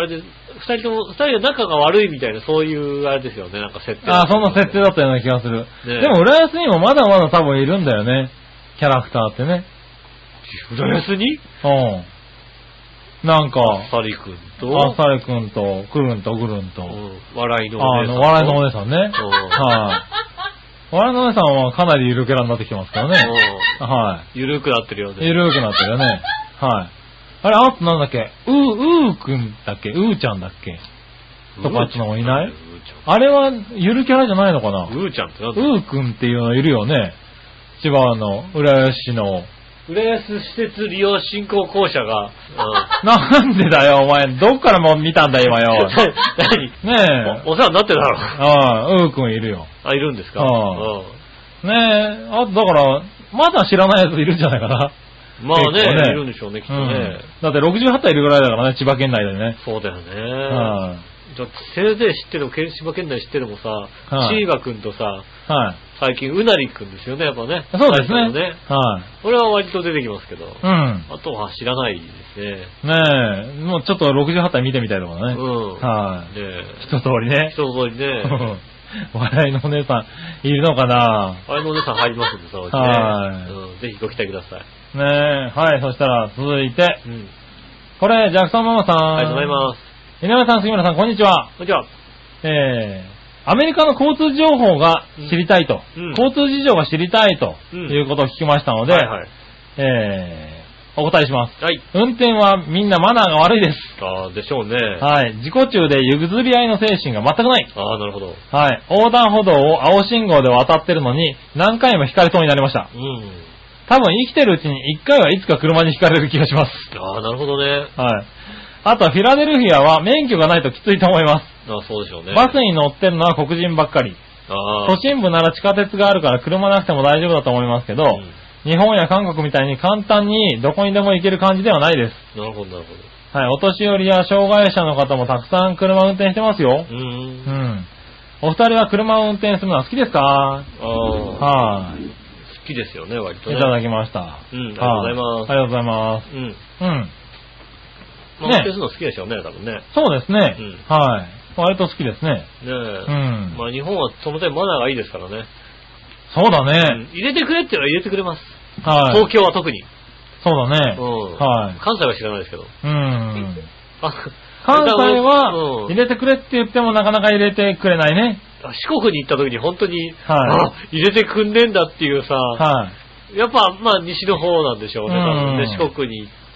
二人とも、二人の仲が悪いみたいな、そういうあれですよね、なんか設定。 ああ、そんな設定だったような気がする。ね、でも、浦安にもまだまだ多分いるんだよね。キャラクターってね。 浦安に？ うん。なんか、 あっさりくんと、 あっさりくんと、くるんとぐるんと、うん、 笑いのお姉さん。 あの、笑いのお姉さんね。はい、あ。笑いのお姉さんはかなりゆるキャラになってきてますからね。はい。 ゆるくなってるよね。 ゆるくなってるよね。はい。あれ、あとなんだっけうー、うーくんだっけうーちゃんだっけとかってのもいない？あれはゆるキャラじゃないのかな？ うーちゃんってなんだ？ うーくんっていうのいるよね。千葉の浦安市の。 浦安施設利用振興公社が、うん、 なんでだよ、お前。どっからも見たんだ、今よ。 何？ねえ。お世話になってるだろ。 ああ、うーくんいるよ。 あ、いるんですか？ ああ。ねえ、あとだから、まだ知らないやついるんじゃないかな。 まあね、ねいるんでしょうね、きっとね、うん。 だってろくじゅうはち体いるぐらいだからね、千葉県内でね。 そうだよね。はあ、だってせいぜい知ってるも、千葉県内知ってるもさ、はい、シーバくんとさ、はい、最近うなりくんですよね、やっぱね。 そうですね。ねはい。これは割と出てきますけど。うん。あとは知らないですね。 ねえ、もうちょっとろくじゅうはち体見てみたいとかね。うん。はい、ねえ。一通りね。 一通りね。 笑いのお姉さん、いるのかな？ 笑いのお姉さん入りますんで、そうですね。はい、うん。ぜひご期待ください。 ねえ、はい、そしたら続いて。うん。これ、ジャクソンママさん。 ありがとうございます。 井上さん、杉村さん、こんにちは。 こんにちは。 えー、アメリカの交通情報が知りたいと、うん、交通事情が知りたいと、うん、いうことを聞きましたので、はいはい、えー、お答えします。はい。運転はみんなマナーが悪いです。 ああ、でしょうね。 はい。事故中で譲り合いの精神が全くない。 ああ、なるほど。 はい。横断歩道を青信号で渡ってるのに、何回も引かれそうになりました。うん。多分生きてるうちに一回はいつか車に引かれる気がします。 ああ、なるほどね。 はい。あとはフィラデルフィアは免許がないときついと思います。 ああ、そうでしょうね。 バスに乗ってるのは黒人ばっかり。ああ。都心部なら地下鉄があるから車なくても大丈夫だと思いますけど、うん、日本や韓国みたいに簡単にどこにでも行ける感じではないです。 なるほど、なるほど。 はい。お年寄りや障害者の方もたくさん車運転してますよ。うん。うん。お二人は車を運転するのは好きですか？ああ。はい。 好きですよね、割とね。 いただきました。 うん、ありがとうございます。 ありがとうございます。うん。うん。 まあ、運転するの好きでしょうね、多分ね。 そうですね。うん。はい。割と好きですね。ねえ。うん。まあ日本はその点マナーがいいですからね。 そうだね。 うん、入れてくれって言うのは入れてくれます。はい。東京は特に。 そうだね。うん。はい。 関西は知らないですけど。うん。 関西は、入れてくれって言ってもなかなか入れてくれないね。 四国に行った時に本当に、はい、あ、入れてくんねえんだっていうさ、はい、やっぱ、まあ西の方なんでしょうね。うんで四国に行って、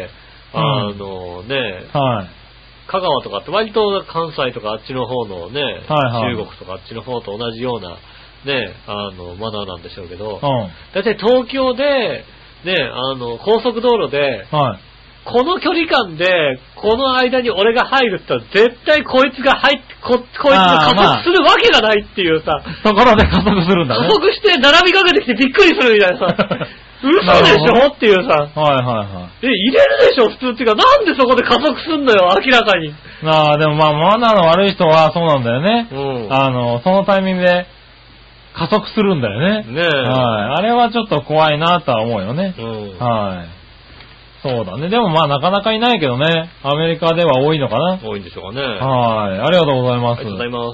あのね、はい、香川とかって割と関西とかあっちの方のね、はいはい、中国とかあっちの方と同じような、ね、あの、マナーなんでしょうけど、だいたい東京で、ね、あの、高速道路で、はい、この距離感で、この間に俺が入るって言ったら、絶対こいつが入って、こ、こいつが加速するわけがないっていうさ。 ところで加速するんだね。 加速して並びかけてきてびっくりするみたいなさ。嘘でしょっていうさ。はいはいはい。え、入れるでしょ普通っていうか、なんでそこで加速すんのよ、明らかに。 ああ、でもまあ、マナーの悪い人はそうなんだよね。うん。あの、そのタイミングで加速するんだよね。ねえ。はい。あれはちょっと怖いなとは思うよね。うん。はい。そうだね。でもまあなかなかいないけどね。アメリカでは多いのかな。 多いんでしょうかね。 はい。ありがとうございます。 ありがとうございます。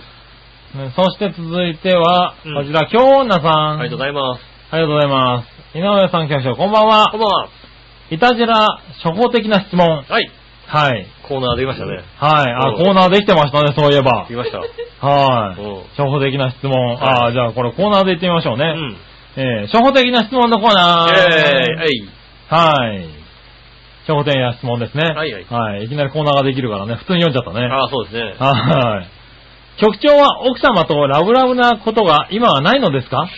ね、そして続いては、うん、こちら、京女さん。 ありがとうございます。 ありがとうございます。井上さん、局長、こんばんは。 こんばんは。 いたじら、初歩的な質問。 はい。 はい。 コーナーできましたね。 はい。あ、コーナーできてましたね、そういえば。 できました。 はい。初歩的な質問。はい、あ、じゃあこれコーナーで言ってみましょうね。うん。えー、初歩的な質問のコーナー。 えー、えい。 はい。初歩的な質問ですね。 はいはい。 はい。いきなりコーナーができるからね、普通に読んじゃったね。 ああ、そうですね。 はい。局長は奥様とラブラブなことが今はないのですか？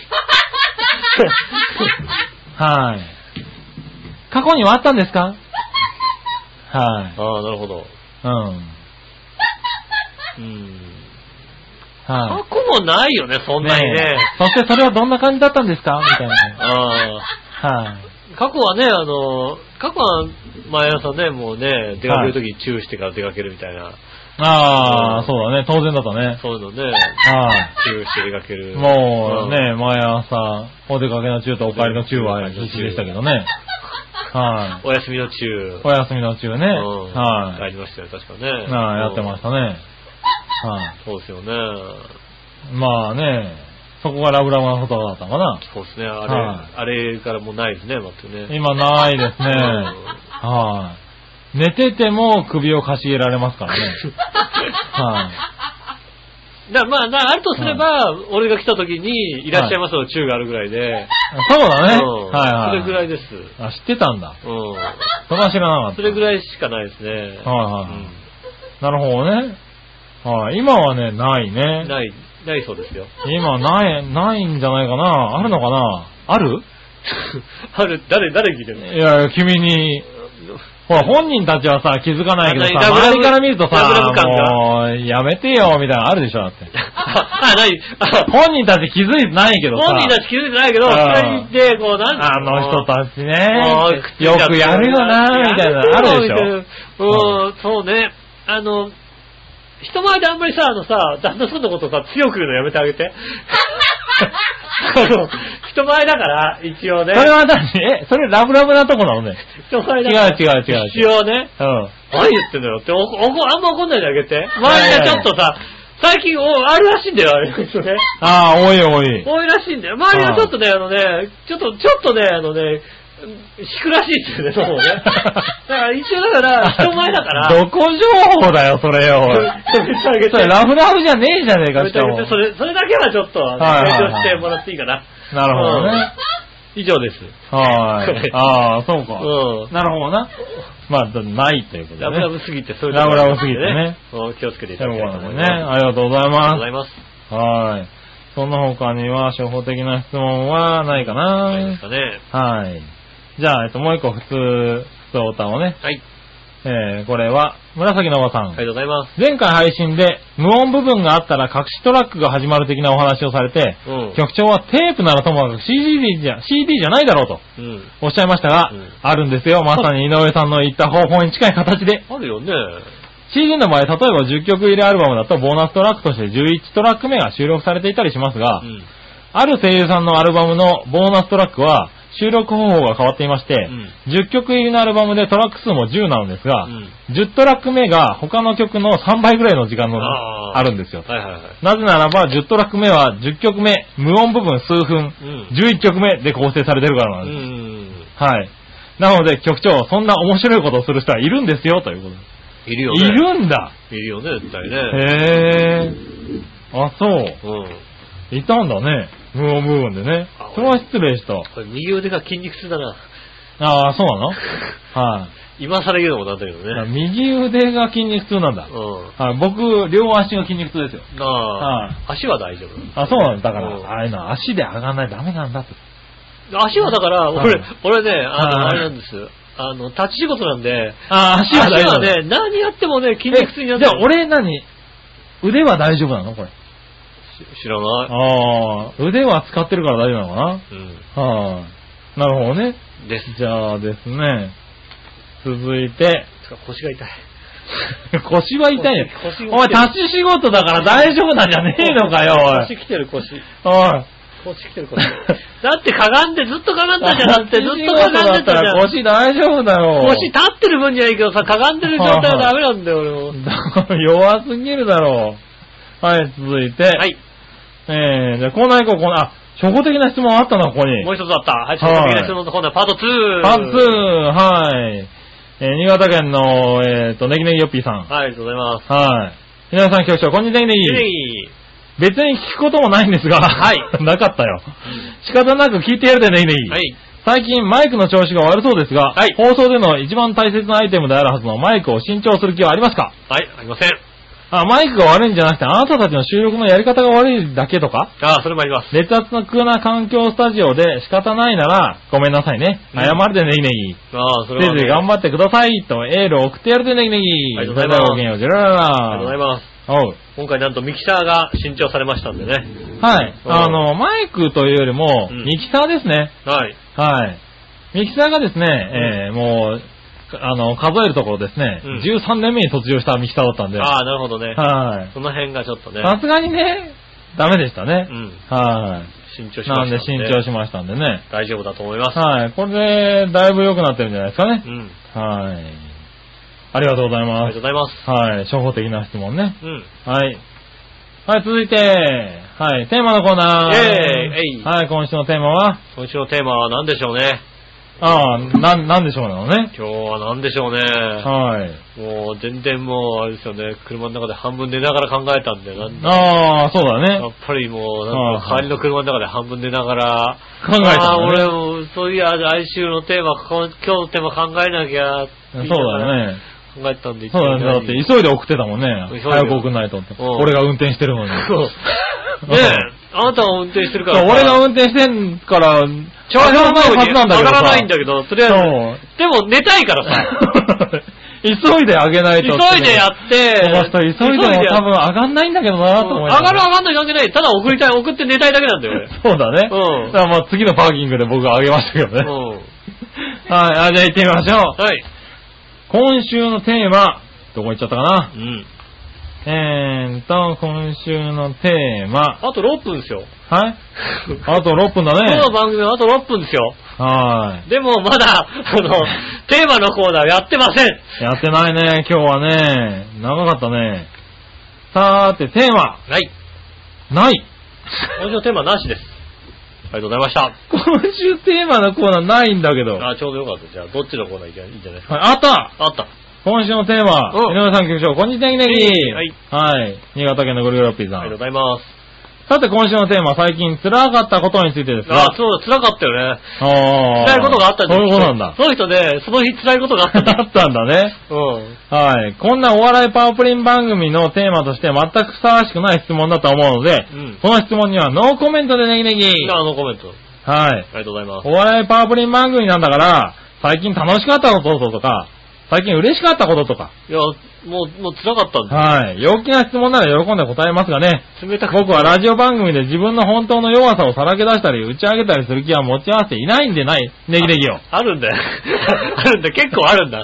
はい。過去にはあったんですか？はい。 ああ、なるほど。 うん。 うん。はい。過去もないよね、そんなにね。ねそしてそれはどんな感じだったんですかみたいな。 ああ。はい。過去はね、あの、過去は毎朝ね、もうね、出かけるときにチューしてから出かけるみたいな。 ああ、そうだね。当然だったね。 そういうのね。 はい。 チューして出かける。 もうね、毎朝、お出かけのチューとお帰りのチューは必死でしたけどね。 はい。お休みの中。 お休みの中ね。 はい。やりましたよ、確かね。 はい、やってましたね。はい。 そうですよね。 まあね、そこがラブラブなことだったのかな。 そうですね、あれ、はい、あれからもうないですね、待ってね。 今ないですね。はい。寝てても首をかしげられますからね。はい。 だまあ、あるとすれば、はい、俺が来た時に、いらっしゃいますの中があるぐらいで。 そうだね。 うん、はいはい。それぐらいです。 あ、知ってたんだ。 うん。 それは知らなかった。 それぐらいしかないですね。はいはい、 うん。なるほどね。はい。今はね、ないね。 ない、ないそうですよ。 今、ない、ないんじゃないかな。あるのかな。あるある、誰、誰聞いてるの？ いや、君に、ほら、本人たちはさ、気づかないけどさ、周りから見るとさ、もう、やめてよ、みたいなのあるでしょ、だって。 あ、ない。 本人たち気づいてないけどさ。 本人たち気づいてないけど、二人で、こう、なんあの人たちね、よくやるよな、みたいなのあるでしょ。 うん、そうね。あの、人前であんまりさ、あのさ、旦那さんのことさ、強く言うのやめてあげて。あの、人前だから、一応ね。 それは何？え、それラブラブなとこなのね。 人前だから。 違う違う違う。 一応ね。 うん。 何言ってんだよって、お、お、あんま怒んないであげて。周りがちょっとさ、最近お、あるらしいんだよ、あれ。ね。 ああ、多い多い。 多いらしいんだよ。周りがちょっとね、あのね、ちょっと、ちょっとね、あのね、引くらしいっていうね、そうね。だから一応だから、人前だから。 どこ情報だよ、それよ。それラフラフじゃねえじゃねえか、しかも。 それ、それだけはちょっと、勉強してもらっていいかな。 なるほどね。 以上です。 はい。ああ、そうか。うん。なるほどな。まあ、ないということで、ね。 ラブラブすぎて、そういうラブラブすぎてね。 気をつけていただきたいと思います。ね。ありがとうございます。ありがとうございます。 はい。その他には、初歩的な質問はないかな。 ないですかね。 はい。じゃあ、えっと、もう一個普通、普通オタをね。 はい。 えー、これは、紫のおばさん。 ありがとうございます。 前回配信で、無音部分があったら隠しトラックが始まる的なお話をされて、うん、局長はテープならともかく シーディー じゃ、シーディー じゃないだろうと、うん、おっしゃいましたが、うん、あるんですよ。まさに井上さんの言った方法に近い形で。 あるよね。 シーディー の場合、例えばじゅっきょく入りアルバムだと、ボーナストラックとしてじゅういちトラック目が収録されていたりしますが、うん、ある声優さんのアルバムのボーナストラックは、収録方法が変わっていまして、うん、じゅっきょく入りのアルバムでトラック数もじゅうなのですが、うん、じゅうトラック目が他の曲のさんばいぐらいの時間の あ, あるんですよ、はいはいはい。なぜならばじゅうトラック目はじゅっきょくめ、無音部分数分、うん、じゅういっきょくめで構成されてるからなんです。うん、はい。なので局長、そんな面白いことをする人はいるんですよ、ということで。 いるよね。 いるんだ。 いるよね、絶対ね。 へー。あ、そう。うん。いたんだね。無音部分でね。それは失礼した。 これ右腕が筋肉痛だな。 ああ、そうなのはい、 あ。今更言うのもなんだけどね。 右腕が筋肉痛なんだ。うん。はい、僕、両足が筋肉痛ですよ。 ああ。はい。足は大丈夫。 あ、そうなんだ。だから、うん、ああいうの足で上がんないとダメなんだって。 足はだから、俺、俺ね、あの、あれなんです。あの、立ち仕事なんで、 ああ、足は大丈夫。 足はね、何やってもね、筋肉痛になってる。 じゃあ、俺何腕は大丈夫なのこれ。 知らない。 ああ、腕は使ってるから大丈夫なのかな。うん。はあ、なるほどね。 です。 じゃあですね、続いて。 腰が痛い。 腰は痛いよ。お前、立ち仕事だから大丈夫なんじゃねえのかよ、おい。 腰来てる腰。 おい。 腰来てる腰。だってかがんで、ずっとかがんだじゃん。だってずっとかがんでたじゃん。 腰大丈夫だろ。 腰立ってる分にはいいけどさ、かがんでる状態はダメなんだよ、俺も。 弱すぎるだろう。はい、続いて。はい。えー、じゃあコーナー行こう、コーナー。あ、初歩的な質問あったな、ここに。 もう一つあった。はい、初歩的な質問のコーナー、パートツー。 パートツー、はい。えー、新潟県の、えーと、ネギネギヨッピーさん。 はい、ありがとうございます。 はい。皆さん局長、こんにちは、ネギネギ。ネギ。別に聞くこともないんですが、はい。なかったよ。仕方なく聞いてやるで、ネギネギ。はい。最近マイクの調子が悪そうですが、はい。放送での一番大切なアイテムであるはずのマイクを新調する気はありますか？ はい、ありません。 あ、マイクが悪いんじゃなくて、あなたたちの収録のやり方が悪いだけとか？ ああ、それもあります。 劣悪な環境スタジオで仕方ないなら、ごめんなさいね。うん、謝るでネギネギ。ああ、それは、ね。ぜひ頑張ってくださいとエールを送ってやるでネギネギ。 ありがとうございます。 ごきげんよう、ジェラララ。 ありがとうございます。おう。今回なんとミキサーが新調されましたんでね。 はい。あの、マイクというよりも、ミキサーですね。 はい。 はい。ミキサーがですね、えー、もう、あの、数えるところですね、うん、じゅうさんねんめに突入したミキサーだったんで。 ああ、なるほどね。 はい。 その辺がちょっとね。 さすがにね、 ダメでしたね。 うん。 はい。 慎重しましたんで。 なんで慎重しましたんでね。 大丈夫だと思います。 はい。これで、だいぶ良くなってるんじゃないですかね。 うん。 はい。ありがとうございます。 ありがとうございます。 はい。初歩的な質問ね。 うん。 はい。はい、続いて、はい、テーマのコーナー。 イェーイ、えい。 はい、今週のテーマは今週のテーマは何でしょうね。 ああ、な、なんでしょうなのね。 今日は何でしょうね。 はい。 もう、全然もう、あれですよね、車の中で半分寝ながら考えたんで、なんああ、そうだね。 やっぱりもう、なんか帰りの車の中で半分寝ながら、 考えたんだ、ね。ああ、 俺も、そういや、来週のテーマ、今日のテーマ考えなきゃ。 そうだね。 考えたんで、 そうだね。だって急いで送ってたもんね。早く送んないとって。俺が運転してるのに。そう。 ねえ。あなたが運転してるから。 俺が運転してんから、 ちょうどないはずなんだけど。上がらないんだけど、とりあえず。でも寝たいからさ。 急いであげないと。 急いでやって。 この人急いでも多分上がんないんだけどなと思い。 上がる上がんない関係ない。ただ送りたい、送って寝たいだけなんだよ、俺。 そうだね。うん。だからまあ次のパーキングで僕があげましたけどね。うん。はい、あ、じゃあ行ってみましょう。はい。今週のテーマ、どこ行っちゃったかな。うん。えーと、今週のテーマ。 あとろっぷんですよ。 はいあとろっぷんだね。 この番組はあとろっぷんですよ。 はい。 でもまだ、あの、テーマのコーナーやってません。 やってないね、今日はね。長かったね。さーて、テーマ。 ない。 ない。 今週のテーマなしです。ありがとうございました。 今週テーマのコーナーないんだけど。 あ、ちょうどよかった。じゃあ、どっちのコーナーいいんじゃないですか。 はい、あったあった今週のテーマ、井上さん局長、こんにちは、ネギネギ。 はい。 はい。新潟県のぐるぐるおっぴーさん。 ありがとうございます。 さて、今週のテーマ、最近辛かったことについてですが。 あ、そうだ、辛かったよね。 ああ。 辛いことがあったんです。 そういうことなんだ。 その人で、その日辛いことがあったんだ。 あったんだね。 うん。 はい。こんなお笑いパワープリン番組のテーマとして全くふさわしくない質問だと思うので、うん、この質問にはノーコメントでネギネギ。 あ、ノーコメント。 はい。ありがとうございます。 お笑いパワープリン番組なんだから、最近楽しかったこととか、最近嬉しかったこととか。 いや、もう、もう辛かったんです。 はい。陽気な質問なら喜んで答えますがね。 冷たく僕はラジオ番組で自分の本当の弱さをさらけ出したり、打ち上げたりする気は持ち合わせていないんでない。ネギネギを。 あるんだよ。あるんだ、結構あるんだ。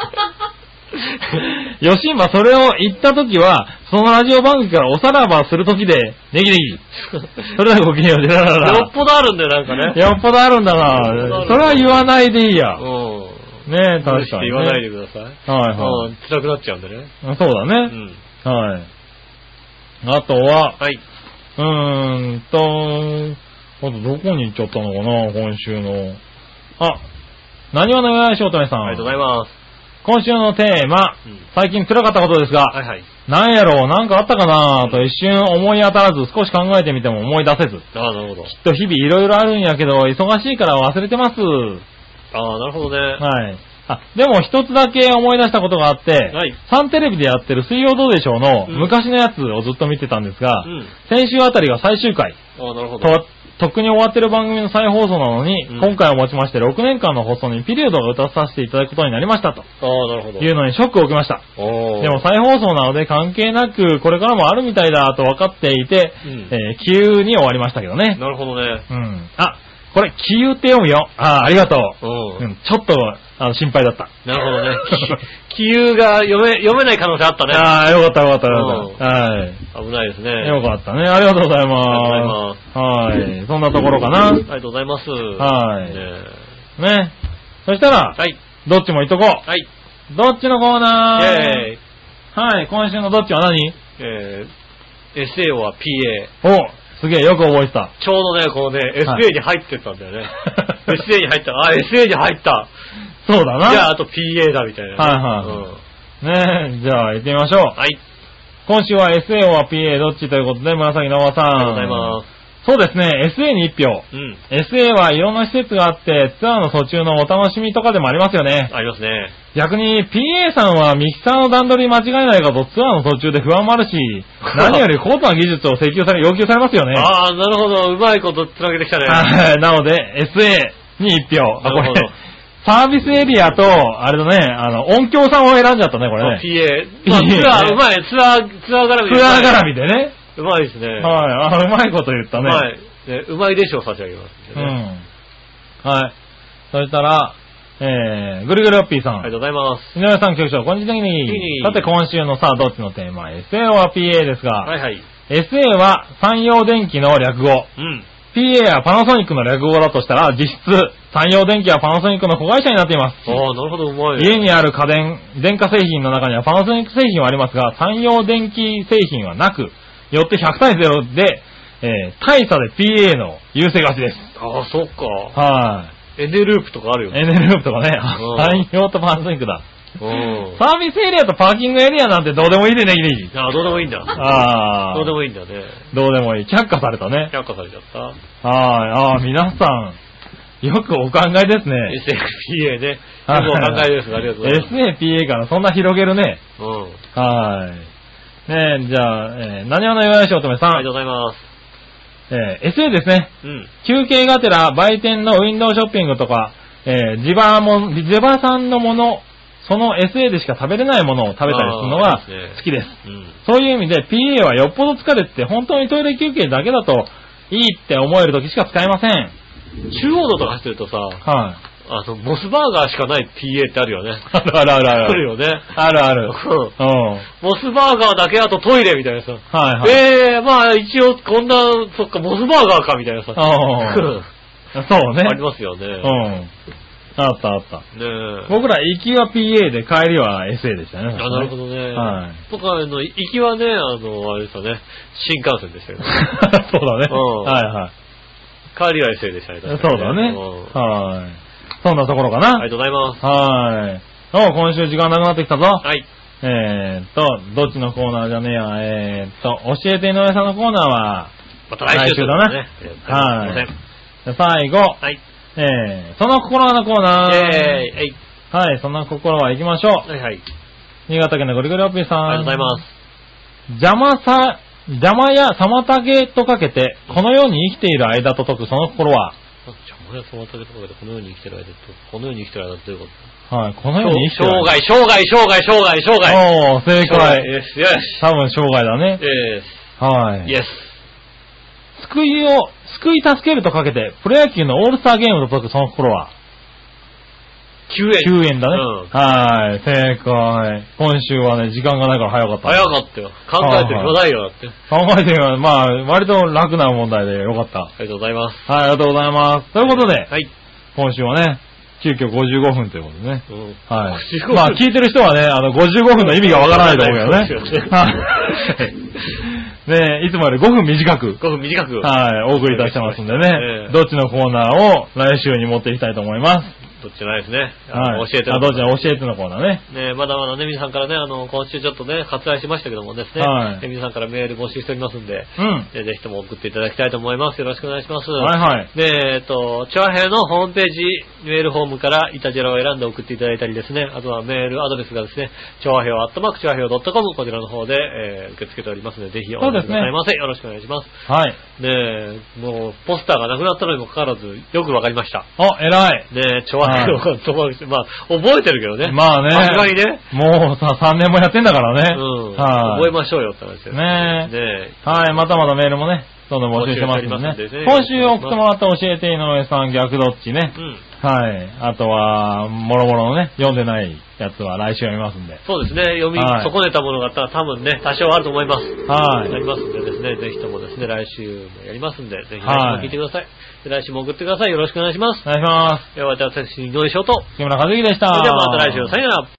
ヨシンバそれを言ったときは、そのラジオ番組からおさらばするときで、ネギネギ。それだけごきげんよう。 よっぽどあるんだよ、なんかね。 よっぽどあるんだな。それは言わないでいいや。うん。ねえ、確かに、ね。 言わないでください。 はいはい。 辛くなっちゃうんでね。 そうだね。うん。はい。あとは、 はい。 うーんと、あとどこに行っちゃったのかな、今週の。あ、何話のよやしおとめさん。 ありがとうございます。 今週のテーマ、うん、最近辛かったことですが、 はいはい。 何やろう、なんかあったかなと一瞬思い当たらず少し考えてみても思い出せず。 ああ、なるほど。 きっと日々いろいろあるんやけど、忙しいから忘れてます。 ああ、なるほどね。 はい。あ、でも一つだけ思い出したことがあって、はい、サンテレビでやってる水曜どうでしょうの昔のやつをずっと見てたんですが、うん、先週あたりが最終回。 ああ、なるほど。 と、とっくに終わってる番組の再放送なのに、うん、今回をもちましてろくねんかんの放送にピリオドを歌わさせていただくことになりましたと。 ああ、なるほど。 いうのにショックを受けました。でも再放送なので関係なくこれからもあるみたいだと分かっていて、うん、えー、急に終わりましたけどね。 なるほどね。 うん。あ、これ、気優って読むよ。ああ、ありがとう。うん。ちょっと、あの、心配だった。 なるほどね。気優が読め、読めない可能性あったね。 ああ、よかったよかったよかった。はい。 危ないですね。 よかったね。ありがとうございます。ありがとうございます。はい。そんなところかな。 ありがとうございます。 はい。ね。ね。そしたら、 はい。 どっちも行っとこう。 はい。 どっちのコーナー。 イェーイ。 はい。今週のどっちは何？ えー、エスエー は ピーエー。おすげえ、よく覚えてた。 ちょうどね、このね、エスエー に入ってたんだよね。エスエー に入った。あ、エスエー に入った。 そうだな。 じゃあ、あと ピーエー だみたいな、ね。 はいはい。うん、ねえ、じゃあ行ってみましょう。 はい。 今週は エスエー は ピーエー どっちということで、紫のおばさん。 ありがとうございます。 そうですね、エスエー にいち票。 うん。 エスエー はいろんな施設があって、ツアーの途中のお楽しみとかでもありますよね。 ありますね。 逆に ピーエー さんはミキサーの段取り間違えないかとツアーの途中で不安もあるし、何より高度な技術を請求され、要求されますよね。 ああ、なるほど。うまいことつなげてきたね。 はい。なので、エスエー にいち票。あ、これ、サービスエリアと、あれだね、あの、音響さんを選んじゃったね、これね。 ピーエー。まあ、ツアー、うまい。ツアー、ツアー絡みで。ツアー絡みでね。 うまいですね。 はい。あ、うまいこと言ったね。 うまい。ね、うまいでしょう差し上げます、 ね。うん。はい。そしたら、えー、ぐるぐるおっぴーさん。 ありがとうございます。 井上さん局長、こんにちは。さて今週のさあ、どっちのテーマ、エスエー は ピーエー ですが、 はいはい。 エスエー は山陽電機の略語。うん。ピーエー はパナソニックの略語だとしたら、実質、山陽電機はパナソニックの子会社になっています。 ああ、なるほど、うまい。 家にある家電、電化製品の中にはパナソニック製品はありますが、山陽電機製品はなく、よってひゃくたいゼロで、えー、大差で ピーエー の優勢勝ちです。 ああ、そっか。 はい。 エネループとかあるよね。 エネループとかね。山陽とパナソニックだ。サービスエリアとパーキングエリアなんてどうでもいいでね、ギリ。 ああ、どうでもいいんだ。 ああ。 どうでもいいんだね。 どうでもいい。却下されたね。 却下されちゃった。はい。 ああ、皆さん、よくお考えですね。 エスエーピーエー ね。よくお考えです。ありがとうございます。 エスエーピーエー からそんな広げるね。 うん。 はい。ねえ、じゃあ、えー、何話のよやしおとめさん。 ありがとうございます。 えー、エスエー ですね。 うん。 休憩がてら売店のウィンドウショッピングとか、えー、地場も、地場産のもの、その エスエー でしか食べれないものを食べたりするのが好きです。うん、そういう意味で ピーエー はよっぽど疲れて本当にトイレ休憩だけだといいって思える時しか使えません。 中央道とか走ってるとさ、はい、あの、モスバーガーしかない ピーエー ってあるよね。 あるあるあるある。 あるよね。 あるある。うん。 モスバーガーだけあとトイレみたいなさ。 はいはい。 ええー、まあ一応こんな、そっか、モスバーガーかみたいなさ。 そうね。 ありますよね。 うん。あったあった。 ねえ。 僕ら行きは ピーエー で帰りは エスエー でしたね。 あ、なるほどね。 はい。 僕はあの、行きはね、あの、あれですよね、新幹線でしたよね。 そうだね。うん。はいはい。 帰りは エスエー でしたね。 そうだね。はい。そんなところかな。 ありがとうございます。 はい。お、今週時間なくなってきたぞ。 はい。 えーっと、どっちのコーナーじゃねえや。えーっと、教えて井上さんのコーナーは、 また来週だな。ね、 はい。最後。 はい。 えー、その心はのコーナー。 えー、はい、その心は行きましょう。 はいはい。 新潟県のぐりぐりおっぴーさん。 ありがとうございます。 邪魔さ、邪魔や妨げとかけて、この世に生きている間と解くその心は。 邪魔や妨げとかけて、この世に生きている間と、この世に生きている間ってどういうこと？ はい、この世に生きている間。 生涯、生涯、生涯、生涯、生涯。 おー、正解。 よし、よし。 多分生涯だね。 イエス。 はい。 イエス。 救いを、救い助けるとかけて、プロ野球のオールスターゲームと解くその心はきゅうえん。 きゅうえんだね。うん、はい、正解。今週はね、時間がないから早かった。 早かったよ。考えてくださいよ、だって。 考えてみよう。まあ、割と楽な問題でよかった。 ありがとうございます。 はい、ありがとうございます。ということで、 はい。 今週はね、急遽ごじゅうごふんということでね。 うん、 はい。まあ、聞いてる人はね、あの、ごじゅうごふんの意味がわからないと思うけどね。はい。ねいつもよりごふん短く。 ごふん短く。 はい、お送りいたしてますんでね。えー、どっちのコーナーを来週に持っていきたいと思います。 どっちないですね。 はい。 教えての。どっちの教えてのコーナーね。 ねまだまだね、皆さんからね、あの、今週ちょっとね、割愛しましたけどもですね。はい。皆さんからメール募集しておりますんで。うん。ぜひとも送っていただきたいと思います。よろしくお願いします。 はいはい。 で、えっと、チョアヘイのホームページ、メールフォームからイタジェラを選んで送っていただいたりですね。あとはメールアドレスがですね、チョアヘイアットマークチョアヘイドットコム、こちらの方で、えー、受け付けておりますので、ぜひお願いくださいませ。ね、よろしくお願いします。 はい。 ねもう、ポスターがなくなったのにもかかわらず、よくわかりました。 あ、偉い。 ねチョアヘイの、まあ、覚えてるけどね。 まあね。 さすがにね。 もうさ、さんねんもやってんだからね。 うん。はい。覚えましょうよって話ですよね。 ねはい、またまたメールもね、どんどん募集してますんでね。今週送ってもらった教えて井上さん逆どっちね。うん。はい。あとは、もろもろのね、読んでないやつは来週読みますんで。 そうですね。読み損ねたものがあったら多分ね、多少あると思います。はい。やりますんでですね、ぜひともですね、来週もやりますんで、ぜひ来週も聞いてください。で来週も送ってください。よろしくお願いします。 お願いします。 では、私、井上翔と、 木村和之でした。 それではまた来週、さよなら。